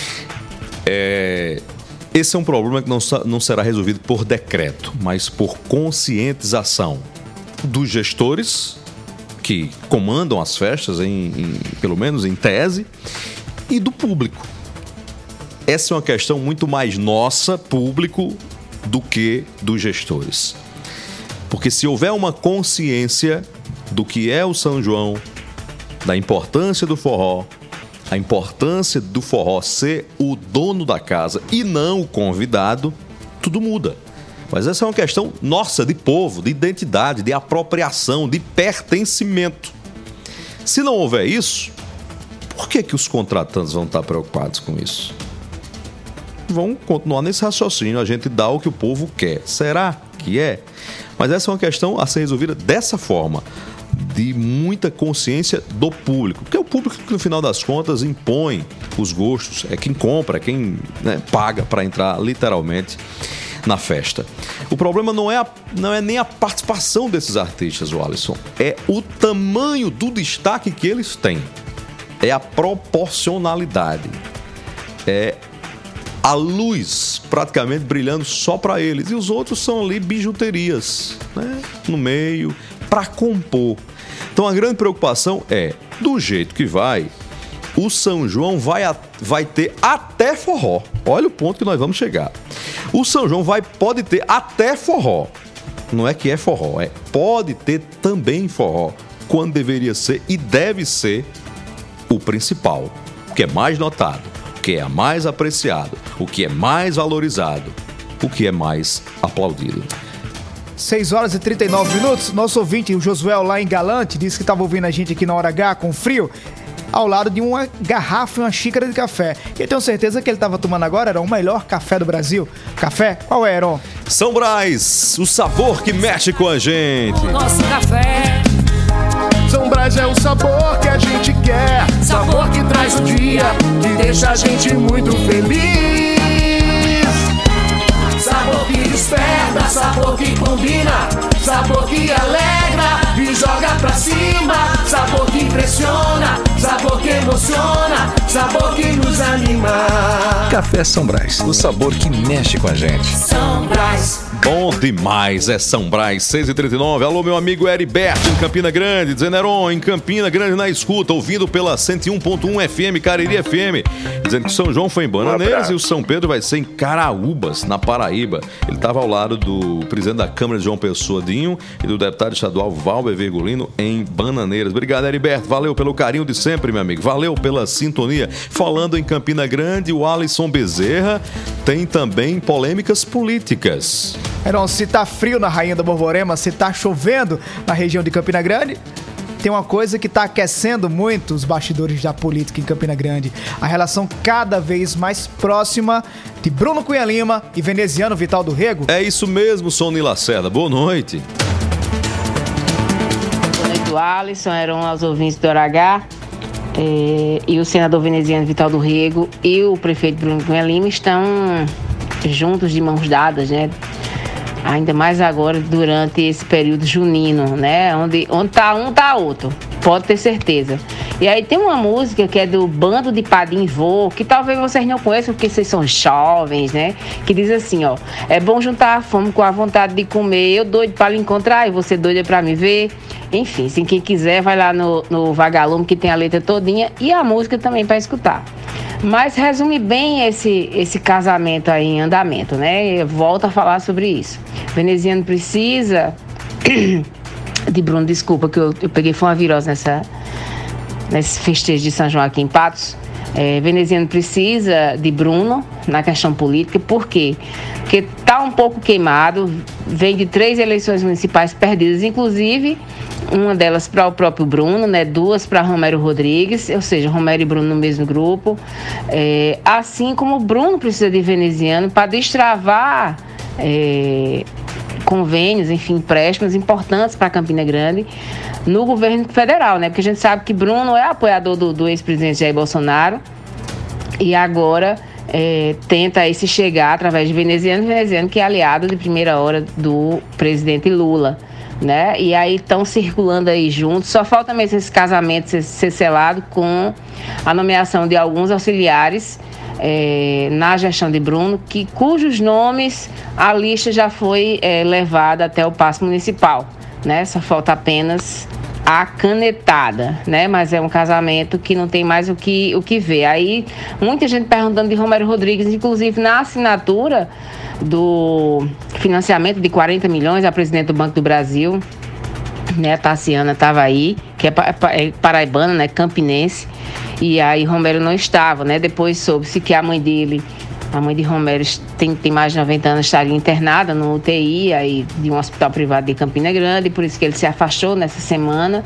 É... Esse é um problema que não, não será resolvido por decreto, mas por conscientização dos gestores que comandam as festas, em, em, pelo menos em tese, e do público. Essa é uma questão muito mais nossa, público, do que dos gestores. Porque se houver uma consciência do que é o São João, da importância do forró, a importância do forró ser o dono da casa e não o convidado, tudo muda. Mas essa é uma questão nossa, de povo, de identidade, de apropriação, de pertencimento. Se não houver isso, por que que os contratantes vão estar preocupados com isso? Vão continuar nesse raciocínio, a gente dá o que o povo quer. Será que é? Mas essa é uma questão a ser resolvida dessa forma, de muita consciência do público, porque é o público que no final das contas impõe os gostos, é quem compra, é quem, né, paga para entrar literalmente na festa. O problema não é, a, não é nem a participação desses artistas, Alisson, é o tamanho do destaque que eles têm, é a proporcionalidade, é a luz praticamente brilhando só para eles, e os outros são ali bijuterias, né, no meio, para compor. Então a grande preocupação é, do jeito que vai, o São João vai, a, vai ter até forró. Olha o ponto que nós vamos chegar. O São João vai, pode ter até forró. Não é que é forró, é pode ter também forró, quando deveria ser e deve ser o principal, o que é mais notado, o que é mais apreciado, o que é mais valorizado, o que é mais aplaudido. seis horas e trinta e nove minutos. Nosso ouvinte, o Josué, lá em Galante, disse que estava ouvindo a gente aqui na Hora H com frio. ao lado de uma garrafa e uma xícara de café. E eu tenho certeza que ele estava tomando agora era o melhor café do Brasil. Café? Qual é, Heron? São Brás, o sabor que mexe com a gente. Nosso café. São Brás é o sabor que a gente quer. Sabor que traz o dia, que deixa a gente muito feliz. Sabor que desperta, sabor que combina, sabor que alegra e joga pra cima. Sabor que impressiona, sabor que emociona, sabor que nos anima. Café São Brás, o sabor que mexe com a gente. São Brás. Bom demais, é São Brás, seis e trinta e nove. Alô, meu amigo Heriberto, em Campina Grande. Dizendo, Heron, em Campina Grande, na escuta, ouvindo pela cento e um ponto um F M, Cariri F M. Dizendo que São João foi em Bananeiras e o São Pedro vai ser em Caraúbas, na Paraíba. Ele estava ao lado do presidente da Câmara de João Pessoa, Dinho, e do deputado estadual Valber Virgulino, em Bananeiras. Obrigado, Heriberto. Valeu pelo carinho de sempre, meu amigo. Valeu pela sintonia. Falando em Campina Grande, o Alisson Bezerra tem também polêmicas políticas. Heron, se tá frio na Rainha da Borborema, se tá chovendo na região de Campina Grande, tem uma coisa que tá aquecendo muito os bastidores da política em Campina Grande. A relação cada vez mais próxima de Bruno Cunha Lima e veneziano Vital do Rego. É isso mesmo, Sony Lacerda. Boa noite. Boa noite, Alisson, Heron, aos ouvintes do Hora H. É, e o senador veneziano Vital do Rego e o prefeito Bruno Cunha Lima estão juntos de mãos dadas, né? Ainda mais agora durante esse período junino, né? Onde, onde tá um, tá outro. Pode ter certeza. E aí tem uma música que é do Bando de Padim Vô, que talvez vocês não conheçam porque vocês são jovens, né? Que diz assim, ó: é bom juntar a fome com a vontade de comer. Eu doido pra lhe encontrar e você doida pra me ver. Enfim, assim, quem quiser vai lá no, no Vagalume, que tem a letra todinha e a música também pra escutar. Mas resume bem esse, esse casamento aí em andamento, né? Volto a falar sobre isso. Veneziano precisa de Bruno, desculpa, que eu, eu peguei foi uma virose nessa, nesse festejo de São João aqui em Patos. É, Veneziano precisa de Bruno na questão política. Por quê? Porque está um pouco queimado, vem de três eleições municipais perdidas, inclusive uma delas para o próprio Bruno, né? Duas para Romero Rodrigues, ou seja, Romero e Bruno no mesmo grupo. É, assim como o Bruno precisa de Veneziano para destravar é, convênios, enfim, empréstimos importantes para Campina Grande no governo federal, né? Porque a gente sabe que Bruno é apoiador do, do ex-presidente Jair Bolsonaro e agora é, tenta aí se chegar através de Veneziano, Veneziano que é aliado de primeira hora do presidente Lula, né? E aí estão circulando aí juntos, só falta mesmo esse casamento ser, ser selado com a nomeação de alguns auxiliares é, na gestão de Bruno, que, cujos nomes a lista já foi é, levada até o Paço Municipal, né? Só falta apenas a canetada, né? Mas é um casamento que não tem mais o que, o que ver. Aí, muita gente perguntando de Romero Rodrigues, inclusive na assinatura do financiamento de quarenta milhões, a presidente do Banco do Brasil, né, a Tassiana estava aí, que é paraibana, né, campinense, e aí Romero não estava, né? Depois soube-se que a mãe dele, a mãe de Romero tem, tem mais de noventa anos, estaria internada no U T I aí, de um hospital privado de Campina Grande, por isso que ele se afastou nessa semana.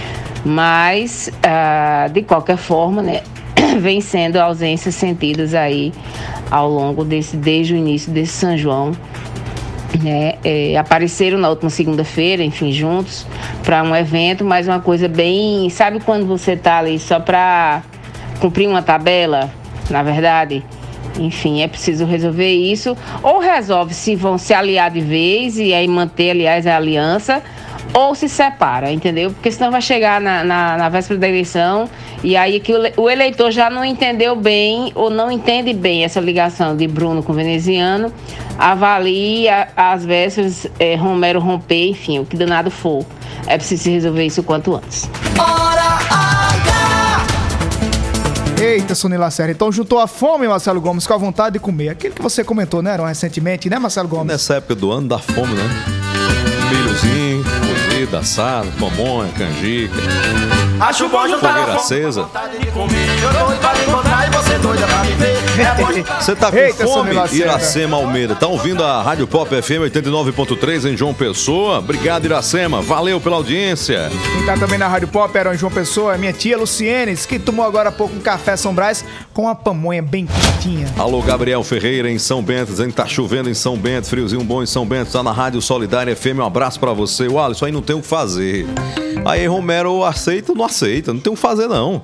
Mas, ah, de qualquer forma, né, vem sendo ausências sentidas aí ao longo desse, desde o início desse São João. Né, é, apareceram na última segunda-feira, enfim, juntos para um evento, mas uma coisa bem, sabe quando você tá ali só para cumprir uma tabela, na verdade? Enfim, é preciso resolver isso, ou resolve se vão se aliar de vez e aí manter, aliás, a aliança, ou se separa, entendeu? Porque senão vai chegar na, na, na véspera da eleição e aí que o, o eleitor já não entendeu bem ou não entende bem essa ligação de Bruno com o veneziano, avalia às vésperas é, Romero romper, enfim, o que danado for. É preciso resolver isso o quanto antes. Eita, Sony Lacerda. Então juntou a fome, Marcelo Gomes, com a vontade de comer. Aquilo que você comentou, né, Heron, recentemente, né, Marcelo Gomes? Nessa época do ano, dá fome, né? Milhozinho, cozida, assado, pamonha, canjica. Acho bom juntar fogueira acesa. Eu doido pra me encontrar e você doida pra me ver. É bom. Você tá com Eita, fome, Samir Lacerda. Iracema Almeida? Tá ouvindo a Rádio Pop F M oitenta e nove ponto três em João Pessoa? Obrigado, Iracema. Valeu pela audiência. Quem tá também na Rádio Pop era o João Pessoa, minha tia Lucienes, que tomou agora há pouco um café São Brás com uma pamonha bem quentinha. Alô, Gabriel Ferreira em São Bento, dizendo que tá chovendo em São Bento, friozinho bom em São Bento, tá na Rádio Solidária F M, um abraço pra você. O Alisson, aí não tem o que fazer. Aí Romero aceita ou não aceita, não tem o que fazer não.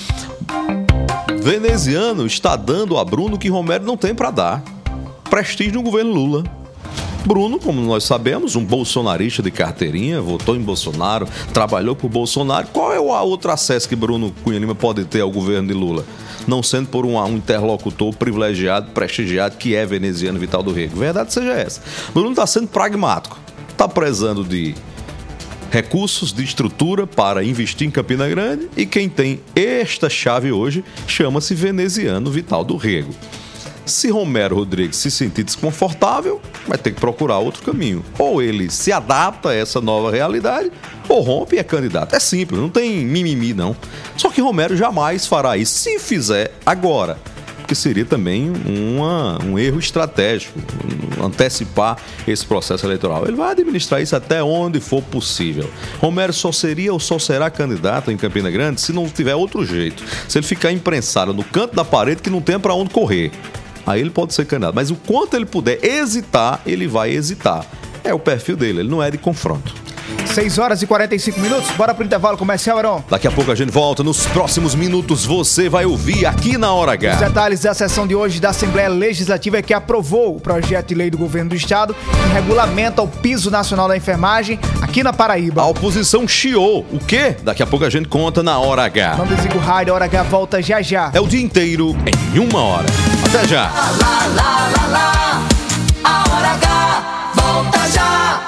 Veneziano está dando a Bruno que Romero não tem pra dar. Prestígio no governo Lula. Bruno, como nós sabemos, um bolsonarista de carteirinha, votou em Bolsonaro, trabalhou por Bolsonaro. Qual é o outro acesso que Bruno Cunha Lima pode ter ao governo de Lula? Não sendo por um, um interlocutor privilegiado, prestigiado, que é veneziano Vital do Rego. Verdade seja essa. Bruno está sendo pragmático. Está prezando de recursos, de estrutura para investir em Campina Grande, e quem tem esta chave hoje chama-se veneziano Vital do Rego. Se Romero Rodrigues se sentir desconfortável, vai ter que procurar outro caminho. Ou ele se adapta a essa nova realidade, ou rompe e é candidato. É simples, não tem mimimi não. Só que Romero jamais fará isso, se fizer agora. Porque seria também uma, um erro estratégico, antecipar esse processo eleitoral. Ele vai administrar isso até onde for possível. Romero só seria ou só será candidato em Campina Grande se não tiver outro jeito. Se ele ficar imprensado no canto da parede que não tem para onde correr. Aí ele pode ser candidato. Mas o quanto ele puder hesitar, ele vai hesitar. É o perfil dele, ele não é de confronto. seis horas e quarenta e cinco minutos, bora pro intervalo comercial, Heron. Daqui a pouco a gente volta. Nos próximos minutos você vai ouvir aqui na Hora H. Os detalhes da sessão de hoje da Assembleia Legislativa, que aprovou o projeto de lei do governo do estado que regulamenta o piso nacional da enfermagem aqui na Paraíba. A oposição chiou. O quê? Daqui a pouco a gente conta na Hora H. Não desliga o rádio, a Hora H volta já já. É o dia inteiro em uma hora. Até já. Lá, lá, lá, lá, lá. A Hora H volta já.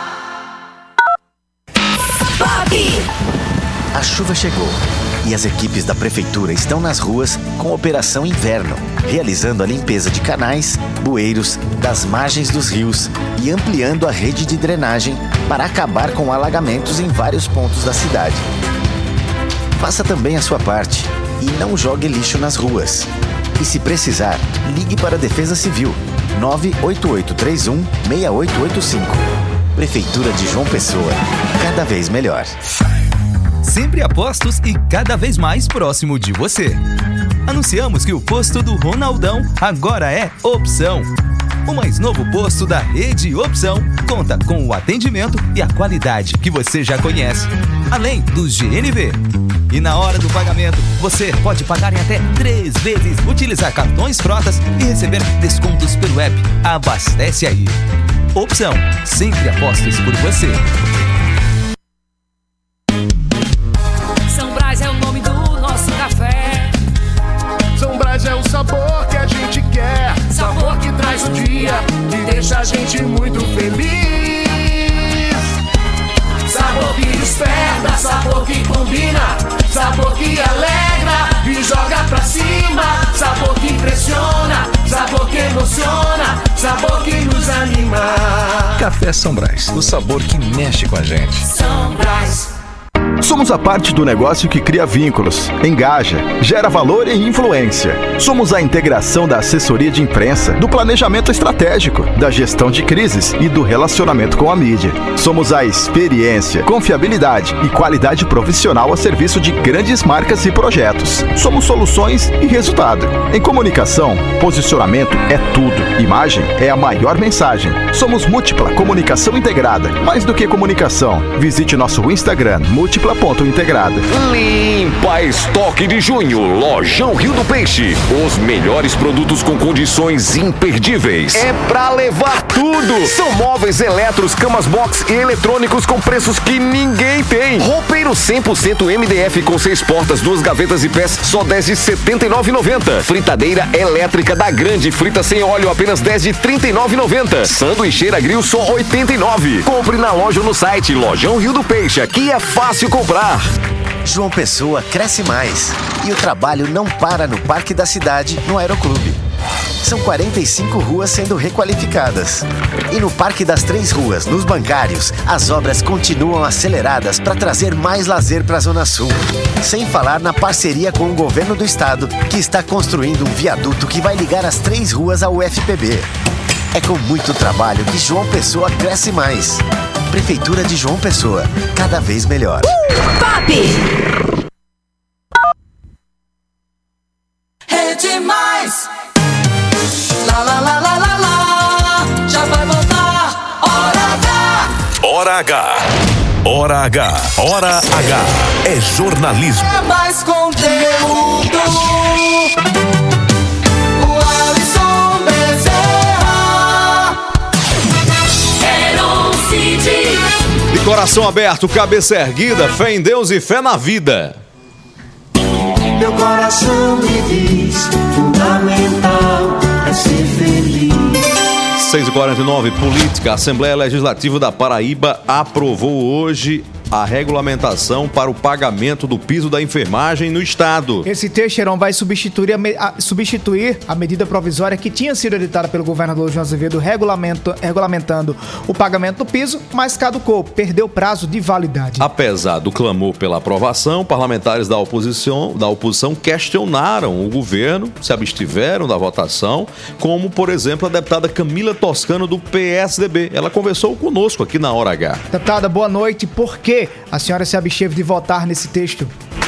A chuva chegou e as equipes da prefeitura estão nas ruas com Operação Inverno, realizando a limpeza de canais, bueiros, das margens dos rios e ampliando a rede de drenagem para acabar com alagamentos em vários pontos da cidade. Faça também a sua parte e não jogue lixo nas ruas. E se precisar, ligue para a Defesa Civil nove oito oito três um seis oito oito cinco. Prefeitura de João Pessoa, cada vez melhor. Sempre a postos e cada vez mais próximo de você. Anunciamos que o posto do Ronaldão agora é Opção. O mais novo posto da rede Opção conta com o atendimento e a qualidade que você já conhece, além dos G N V. E na hora do pagamento, você pode pagar em até três vezes, utilizar cartões frotas e receber descontos pelo app. Abastece aí. Opção, sempre apostos por você. São Brás é o nome do nosso café. São Brás é o sabor que a gente quer. Sabor que traz o dia, que deixa a gente muito feliz. Sabor que desperta, sabor que combina, sabor que alegra e joga pra cima. Sabor que impressiona, sabor que emociona, sabor que nos anima. Café São Brás, o sabor que mexe com a gente. São Brás. Somos a parte do negócio que cria vínculos, engaja, gera valor e influência. Somos a integração da assessoria de imprensa, do planejamento estratégico, da gestão de crises e do relacionamento com a mídia. Somos a experiência, confiabilidade e qualidade profissional a serviço de grandes marcas e projetos. Somos soluções e resultado. Em comunicação, posicionamento é tudo. Imagem é a maior mensagem. Somos Múltipla Comunicação Integrada. Mais do que comunicação, visite nosso Instagram, múltipla ponto integrada. Limpa Estoque de Junho, Lojão Rio do Peixe. Os melhores produtos com condições imperdíveis. É pra levar tudo. São móveis, eletros, camas box e eletrônicos com preços que ninguém tem. Roupeiro cem por cento M D F com seis portas, duas gavetas e pés, só dez de setenta e nove reais e noventa centavos. Fritadeira elétrica da Grande, frita sem óleo, apenas dez de trinta e nove reais e noventa centavos. Sanduicheira grill, só oitenta e nove reais. Compre na loja ou no site Lojão Rio do Peixe. Aqui é fácil comprar. João Pessoa cresce mais e o trabalho não para no Parque da Cidade, no Aeroclube. São quarenta e cinco ruas sendo requalificadas. E no Parque das Três Ruas, nos bancários, as obras continuam aceleradas para trazer mais lazer para a Zona Sul. Sem falar na parceria com o governo do estado, que está construindo um viaduto que vai ligar as três ruas ao U F P B. É com muito trabalho que João Pessoa cresce mais. Prefeitura de João Pessoa, cada vez melhor. Uh, Pop! Rede Mais. Lá, lá, lá, lá, lá, lá. Já vai voltar. Hora H. Hora H. Hora H. Hora H. É jornalismo. É mais conteúdo. O Alisson Bezerra. Heron Cid. De coração aberto, cabeça erguida, fé em Deus e fé na vida. Meu coração me diz, fundamental é ser feliz. seis e quarenta e nove, política. A Assembleia Legislativa da Paraíba aprovou hoje a regulamentação para o pagamento do piso da enfermagem no estado. Esse texto, Heron, vai substituir a, me- a, substituir a medida provisória que tinha sido editada pelo governador João Azevedo regulamento, regulamentando o pagamento do piso, mas caducou, perdeu prazo de validade. Apesar do clamor pela aprovação, parlamentares da oposição, da oposição questionaram o governo, se abstiveram da votação, como, por exemplo, a deputada Camila Toscano, do P S D B. Ela conversou conosco aqui na Hora H. Deputada, boa noite. Por que a senhora se absteve de votar nesse texto?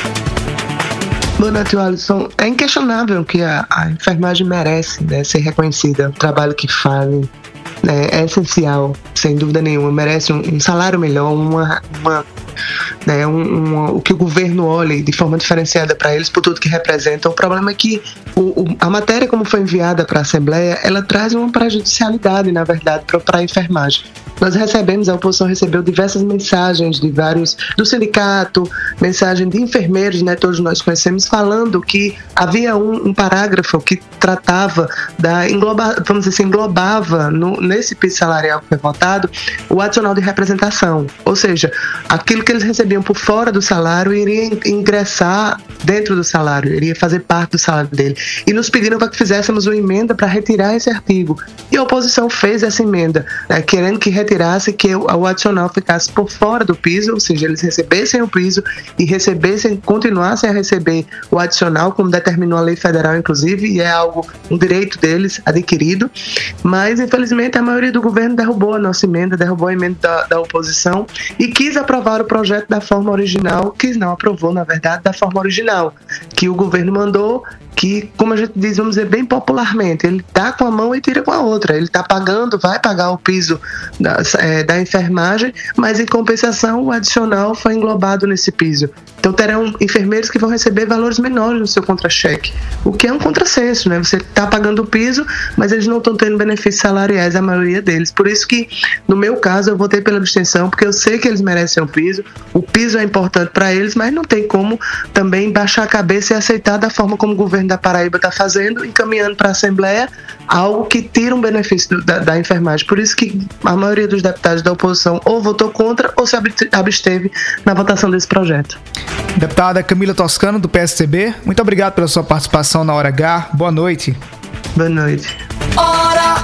Boa noite, Alisson. É inquestionável que a, a enfermagem merece, né, ser reconhecida, o trabalho que fazem, né, é essencial, sem dúvida nenhuma. Merece um, um salário melhor, uma, uma, né, um, um, o que o governo olhe de forma diferenciada para eles, por tudo que representam. O problema é que o, o, a matéria, como foi enviada para a Assembleia, ela traz uma prejudicialidade, na verdade, para a enfermagem. Nós recebemos, a oposição recebeu diversas mensagens de vários, do sindicato, mensagem de enfermeiros, né, todos nós conhecemos, falando que havia um, um parágrafo que tratava da, engloba, vamos dizer assim, englobava no, nesse piso salarial que foi votado, o adicional de representação, ou seja, aquilo que eles recebiam por fora do salário iria ingressar dentro do salário, iria fazer parte do salário dele, e nos pediram para que fizéssemos uma emenda para retirar esse artigo, e a oposição fez essa emenda, né, querendo que retirasse, que o, o adicional ficasse por fora do piso, ou seja, eles recebessem o piso e recebessem, continuassem a receber o adicional, como determinou a lei federal, inclusive, e é algo, um direito deles adquirido, mas infelizmente a maioria do governo derrubou a nossa emenda, derrubou a emenda da, da oposição e quis aprovar o projeto da forma original, quis não, aprovou na verdade da forma original, que o governo mandou, que, como a gente diz, vamos dizer bem popularmente, ele dá com a mão e tira com a outra, ele está pagando, vai pagar o piso da, é, da enfermagem, mas em compensação o adicional foi englobado nesse piso. Então terão enfermeiros que vão receber valores menores no seu contra-cheque, o que é um contrassenso, né? Você está pagando o piso, mas eles não estão tendo benefícios salariais, a maioria deles. Por isso que, no meu caso, eu votei pela abstenção, porque eu sei que eles merecem o piso, o piso é importante para eles, mas não tem como também baixar a cabeça e aceitar da forma como o governo da Paraíba está fazendo, encaminhando para a Assembleia algo que tira um benefício da, da enfermagem. Por isso que a maioria dos deputados da oposição ou votou contra ou se absteve na votação desse projeto. Deputada Camila Toscano, do P S D B, muito obrigado pela sua participação na Hora H. Boa noite. Boa noite. Hora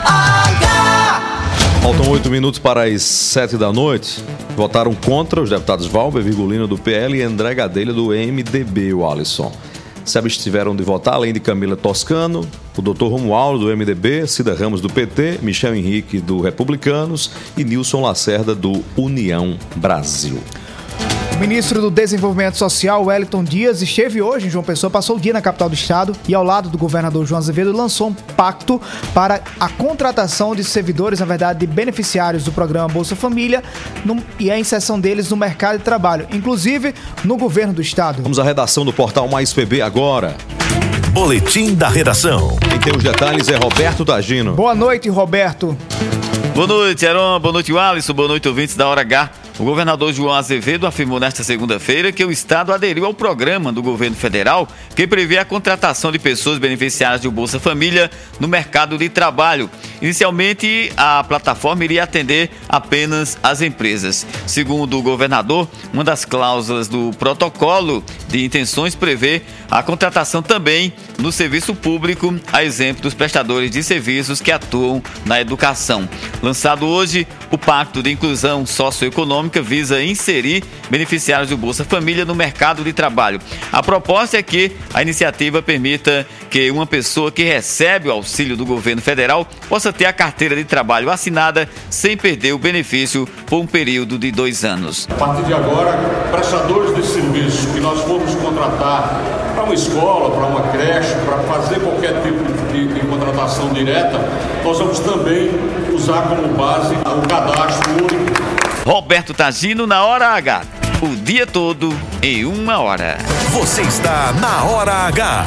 H. Faltam oito minutos para as sete da noite. Votaram contra os deputados Valber Virgulino, do P L, e André Gadelha, do M D B, o Alisson. Se abstiveram de votar, além de Camila Toscano, o doutor Romualdo, do M D B, Cida Ramos, do P T, Michel Henrique, do Republicanos e Nilson Lacerda, do União Brasil. O ministro do Desenvolvimento Social, Wellington Dias, esteve hoje em João Pessoa, passou o dia na capital do estado e, ao lado do governador João Azevedo, lançou um pacto para a contratação de servidores, na verdade, de beneficiários do programa Bolsa Família no, e a inserção deles no mercado de trabalho, inclusive no governo do estado. Vamos à redação do portal Mais P B agora. Boletim da redação. Quem tem os detalhes é Roberto Tagino. Boa noite, Roberto. Boa noite, Heron. Boa noite, Alisson. Boa noite, ouvintes da Hora H. O governador João Azevedo afirmou nesta segunda-feira que o estado aderiu ao programa do governo federal que prevê a contratação de pessoas beneficiárias do Bolsa Família no mercado de trabalho. Inicialmente, a plataforma iria atender apenas as empresas. Segundo o governador, uma das cláusulas do protocolo de intenções prevê a contratação também no serviço público, a exemplo dos prestadores de serviços que atuam na educação. Lançado hoje, o Pacto de Inclusão Socioeconômica visa inserir beneficiários do Bolsa Família no mercado de trabalho. A proposta é que a iniciativa permita que uma pessoa que recebe o auxílio do governo federal possa ter a carteira de trabalho assinada sem perder o benefício por um período de dois anos. A partir de agora, prestadores de serviço que nós formos contratar para uma escola, para uma creche, para fazer qualquer tipo de, de contratação direta, nós vamos também usar como base o cadastro único. Roberto Tagino na Hora H. O dia todo em uma hora. Você está na Hora H.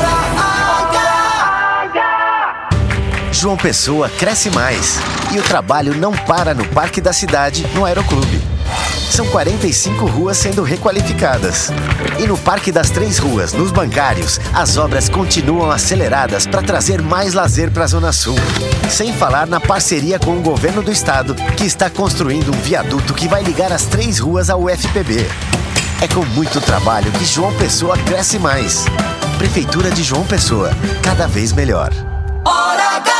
João Pessoa cresce mais e o trabalho não para no Parque da Cidade, no Aeroclube. São quarenta e cinco ruas sendo requalificadas. E no Parque das Três Ruas, nos Bancários, as obras continuam aceleradas para trazer mais lazer para a Zona Sul. Sem falar na parceria com o governo do estado, que está construindo um viaduto que vai ligar as três ruas ao U F P B. É com muito trabalho que João Pessoa cresce mais. Prefeitura de João Pessoa, cada vez melhor. Hora H!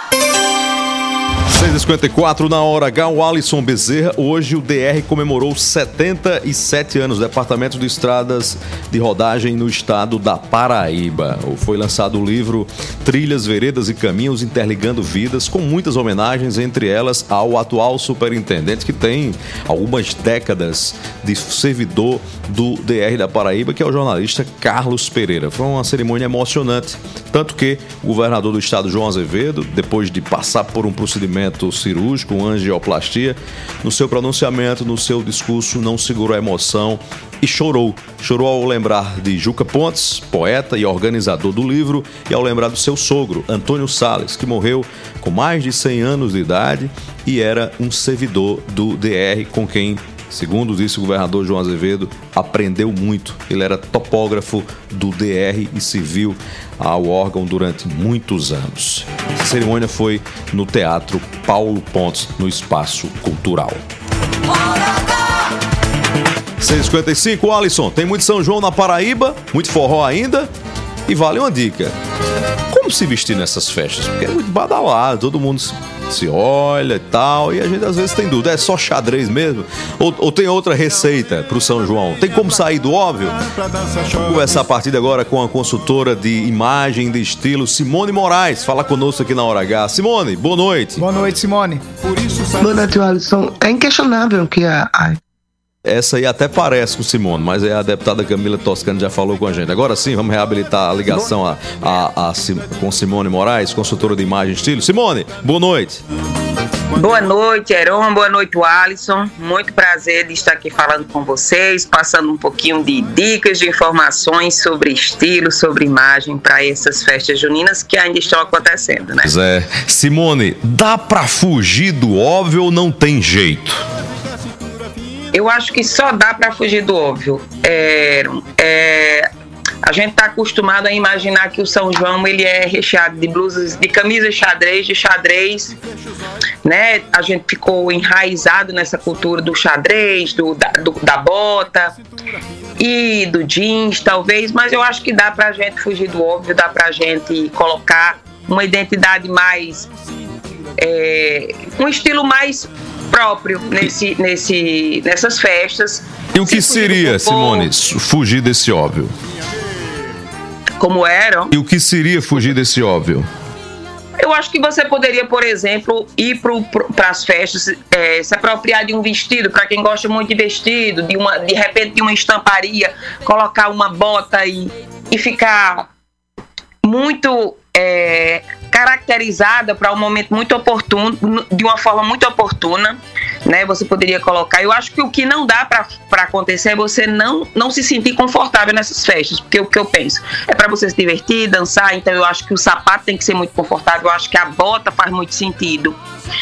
seis e cinquenta e quatro na Hora H, o Alisson Bezerra. Hoje o D R comemorou setenta e sete anos, Departamento de Estradas de Rodagem no estado da Paraíba. Foi lançado o livro Trilhas, Veredas e Caminhos Interligando Vidas, com muitas homenagens, entre elas ao atual superintendente, que tem algumas décadas de servidor do D R da Paraíba, que é o jornalista Carlos Pereira. Foi uma cerimônia emocionante, tanto que o governador do estado, João Azevedo, depois de passar por um procedimento cirúrgico, uma angioplastia, no seu pronunciamento, no seu discurso, não segurou a emoção e chorou. Chorou ao lembrar de Juca Pontes, poeta e organizador do livro, e ao lembrar do seu sogro, Antônio Salles, que morreu com mais de cem anos de idade e era um servidor do D R com quem, segundo disse o governador João Azevedo, aprendeu muito. Ele era topógrafo do D R e serviu ao órgão durante muitos anos. A cerimônia foi no Teatro Paulo Pontes, no Espaço Cultural. seis e cinquenta e cinco, Alisson, tem muito São João na Paraíba, muito forró ainda, e vale uma dica. Como se vestir nessas festas? Porque é muito badalado, todo mundo se, se olha e tal, e a gente às vezes tem dúvida, é só xadrez mesmo? Ou, ou tem outra receita pro São João? Tem como sair do óbvio? Vamos conversar a partir de agora com a consultora de imagem de estilo, Simone Moraes. Fala conosco aqui na Hora H. Simone, boa noite. Boa noite, Simone. Boa noite, Alisson. É inquestionável que a... a... Essa aí até parece com Simone, mas é a deputada Camila Toscano já falou com a gente. Agora sim, vamos reabilitar a ligação a, a, a, com Simone Moraes, consultora de imagem e estilo. Simone, boa noite. Boa noite, Heron. Boa noite, Alisson. Muito prazer de estar aqui falando com vocês, passando um pouquinho de dicas, de informações sobre estilo, sobre imagem para essas festas juninas que ainda estão acontecendo, né? Pois é. Simone, dá para fugir do óbvio ou não tem jeito? Eu acho que só dá para fugir do óbvio. É, é, a gente está acostumado a imaginar que o São João ele é recheado de blusas, de camisas xadrez, de xadrez, né? A gente ficou enraizado nessa cultura do xadrez, do, da, do, da bota e do jeans, talvez, mas eu acho que dá para a gente fugir do óbvio, dá para a gente colocar uma identidade mais, é, um estilo mais próprio nesse, nesse, nessas festas. E o que seria, Simone, fugir desse óbvio? Como eram? E o que seria fugir desse óbvio? Eu acho que você poderia, por exemplo, ir para as festas, é, se apropriar de um vestido, para quem gosta muito de vestido, de, uma, de repente de uma estamparia, colocar uma bota e, e ficar muito... É, caracterizada para um momento muito oportuno, de uma forma muito oportuna, né? Você poderia colocar. Eu acho que o que não dá para acontecer é você não, não se sentir confortável nessas festas, porque o que eu penso é para você se divertir, dançar. Então eu acho que o sapato tem que ser muito confortável, eu acho que a bota faz muito sentido.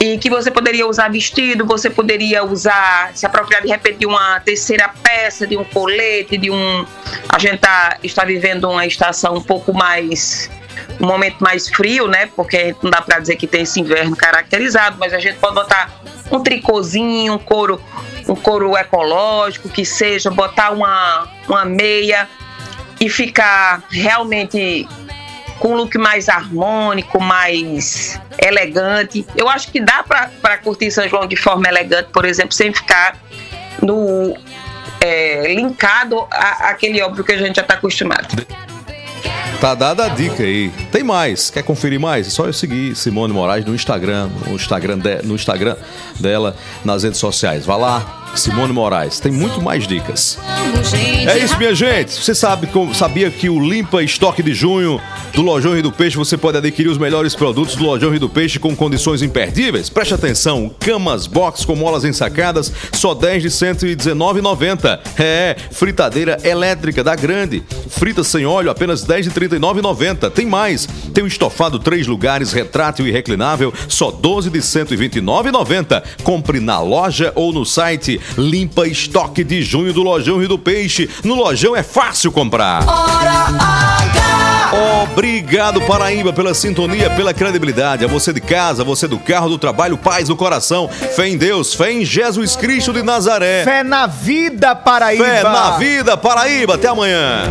e que você poderia usar vestido, você poderia usar, se apropriar de repente de uma terceira peça, de um colete, de um... A gente tá, está vivendo uma estação um pouco mais... um momento mais frio, né? Porque não dá para dizer que tem esse inverno caracterizado, mas a gente pode botar um tricôzinho, um couro, um couro ecológico, que seja, botar uma, uma meia e ficar realmente com um look mais harmônico, mais elegante. Eu acho que dá para curtir São João de forma elegante, por exemplo, sem ficar no é, linkado a, àquele óbvio que a gente já está acostumado. Tá dada a dica aí. Tem mais. Quer conferir mais? É só eu seguir Simone Moraes no Instagram, no Instagram, de, no Instagram dela, nas redes sociais. Vá lá, Simone Moraes. Tem muito mais dicas. É isso, minha gente. Você sabe, sabia que o Limpa Estoque de Junho do Lojão Rio do Peixe, você pode adquirir os melhores produtos do Lojão Rio do Peixe com condições imperdíveis? Preste atenção. Camas box com molas ensacadas, só dez de cento e dezenove reais e noventa centavos. É, fritadeira elétrica da Grande. Frita sem óleo, apenas dez de trinta e nove reais e noventa centavos. Tem mais. Tem um estofado três lugares, retrátil e reclinável, só doze de cento e vinte e nove reais e noventa centavos. Compre na loja ou no site. Limpa Estoque de Junho do Lojão Rio do Peixe. No Lojão é fácil comprar. Hora H! Obrigado, Paraíba, pela sintonia, pela credibilidade. A você de casa, você do carro, do trabalho, paz no coração. Fé em Deus, fé em Jesus Cristo de Nazaré. Fé na vida, Paraíba. Fé na vida, Paraíba. Até amanhã.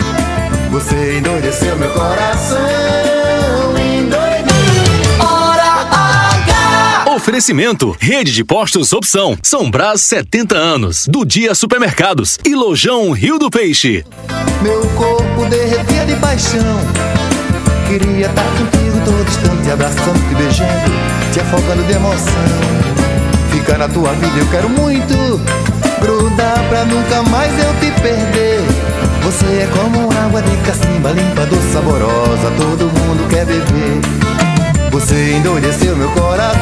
Você endoideceu meu coração, endoideceu. Hora H! Oferecimento, Rede de Postos Opção, São Brás setenta anos, do Dia Supermercados e Lojão Rio do Peixe. Meu corpo derretia de paixão, queria estar contigo todo instante, te abraçando, te beijando, te afogando de emoção. Ficar na tua vida eu quero muito, grudar pra nunca mais eu te perder. Você é como água de cacimba, limpa, doce, saborosa, todo mundo quer beber. Você endoideceu meu coração,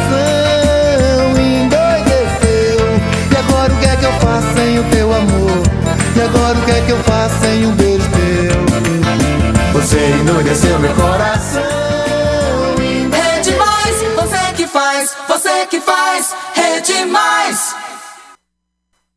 endoideceu. E agora o que é que eu faço sem o teu amor? E agora o que é que eu faço sem um beijo teu? Você endoideceu meu coração. Rede Mais, você que faz, você que faz, Rede Mais.